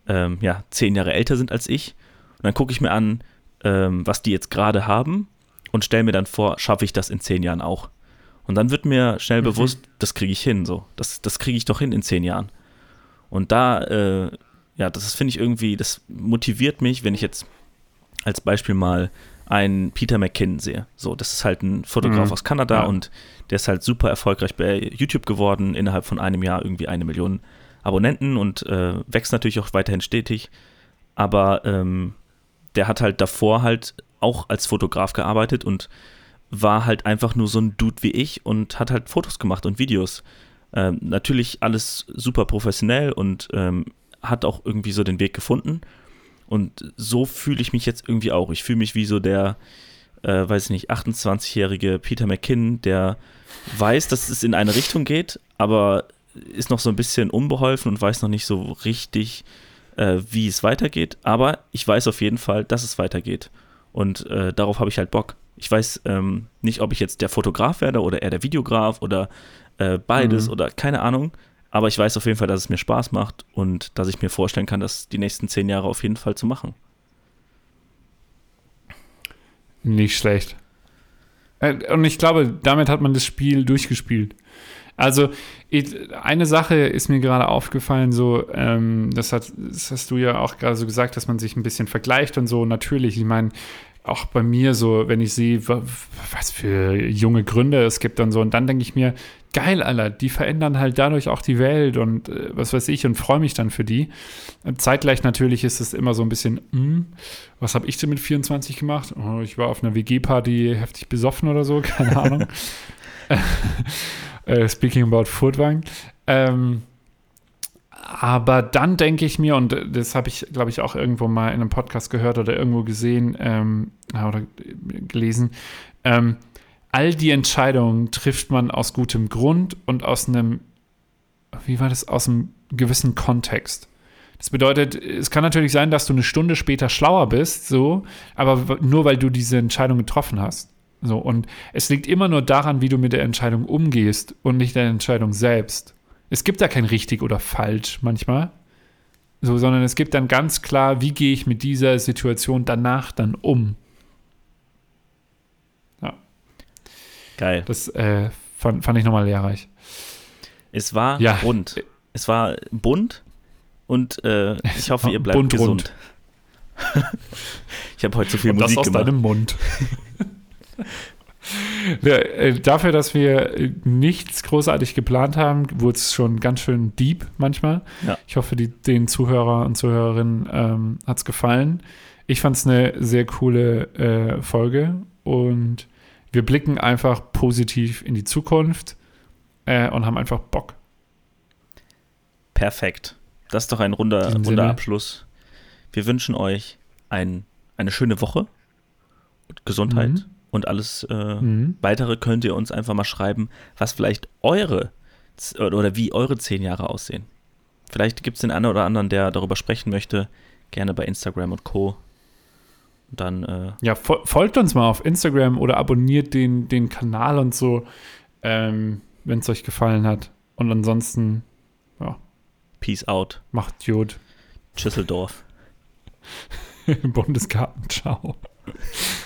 10 Jahre älter sind als ich. Und dann gucke ich mir an, was die jetzt gerade haben und stelle mir dann vor, schaffe ich das in 10 Jahren auch. Und dann wird mir schnell bewusst, das kriege ich hin. So. Das kriege ich doch hin in 10 Jahren. Und da, das finde ich irgendwie, das motiviert mich, wenn ich jetzt als Beispiel mal einen Peter McKinnon sehe. So, das ist halt ein Fotograf aus Kanada und der ist halt super erfolgreich bei YouTube geworden, innerhalb von einem Jahr irgendwie 1 Million Abonnenten und wächst natürlich auch weiterhin stetig. Aber der hat halt davor halt auch als Fotograf gearbeitet und war halt einfach nur so ein Dude wie ich und hat halt Fotos gemacht und Videos. Natürlich alles super professionell und hat auch irgendwie so den Weg gefunden. Und so fühle ich mich jetzt irgendwie auch. Ich fühle mich wie so der, 28-jährige Peter McKinnon, der weiß, dass es in eine Richtung geht, aber ist noch so ein bisschen unbeholfen und weiß noch nicht so richtig, wie es weitergeht. Aber ich weiß auf jeden Fall, dass es weitergeht. Und darauf habe ich halt Bock. Ich weiß nicht, ob ich jetzt der Fotograf werde oder eher der Videograf oder beides oder keine Ahnung. Aber ich weiß auf jeden Fall, dass es mir Spaß macht und dass ich mir vorstellen kann, das die nächsten 10 Jahre auf jeden Fall zu machen. Nicht schlecht. Und ich glaube, damit hat man das Spiel durchgespielt. Also, eine Sache ist mir gerade aufgefallen, so, das hast du ja auch gerade so gesagt, dass man sich ein bisschen vergleicht und so. Natürlich, ich meine, auch bei mir so, wenn ich sehe, was für junge Gründer es gibt und so, und dann denke ich mir, geil, Alter, die verändern halt dadurch auch die Welt und was weiß ich und freue mich dann für die. Und zeitgleich natürlich ist es immer so ein bisschen, was habe ich denn mit 24 gemacht? Oh, ich war auf einer WG-Party heftig besoffen oder so, keine Ahnung. Speaking about Furtwang. Aber dann denke ich mir, und das habe ich, glaube ich, auch irgendwo mal in einem Podcast gehört oder irgendwo gesehen oder gelesen, all die Entscheidungen trifft man aus gutem Grund und aus einem gewissen Kontext. Das bedeutet, es kann natürlich sein, dass du eine Stunde später schlauer bist, so, aber nur weil du diese Entscheidung getroffen hast. So, und es liegt immer nur daran, wie du mit der Entscheidung umgehst und nicht der Entscheidung selbst. Es gibt da kein richtig oder falsch manchmal, so, sondern es gibt dann ganz klar, wie gehe ich mit dieser Situation danach dann um. Ja. Geil. Das fand ich nochmal lehrreich. Es war rund. Es war bunt und ich hoffe, ihr bleibt gesund. Ich habe heute so viel Musik gemacht. Das aus deinem Mund. Ja, dafür, dass wir nichts großartig geplant haben, wurde es schon ganz schön deep manchmal. Ja. Ich hoffe, den Zuhörer und Zuhörerinnen hat es gefallen. Ich fand es eine sehr coole Folge und wir blicken einfach positiv in die Zukunft und haben einfach Bock. Perfekt. Das ist doch ein runder Abschluss. Wir wünschen euch eine schöne Woche und Gesundheit. Und alles Weitere könnt ihr uns einfach mal schreiben, was vielleicht wie eure 10 Jahre aussehen. Vielleicht gibt es den einen oder anderen, der darüber sprechen möchte. Gerne bei Instagram und Co. Und dann folgt uns mal auf Instagram oder abonniert den Kanal und so, wenn es euch gefallen hat. Und ansonsten, Peace out. Macht gut. Schüsseldorf. Bundesgarten, ciao.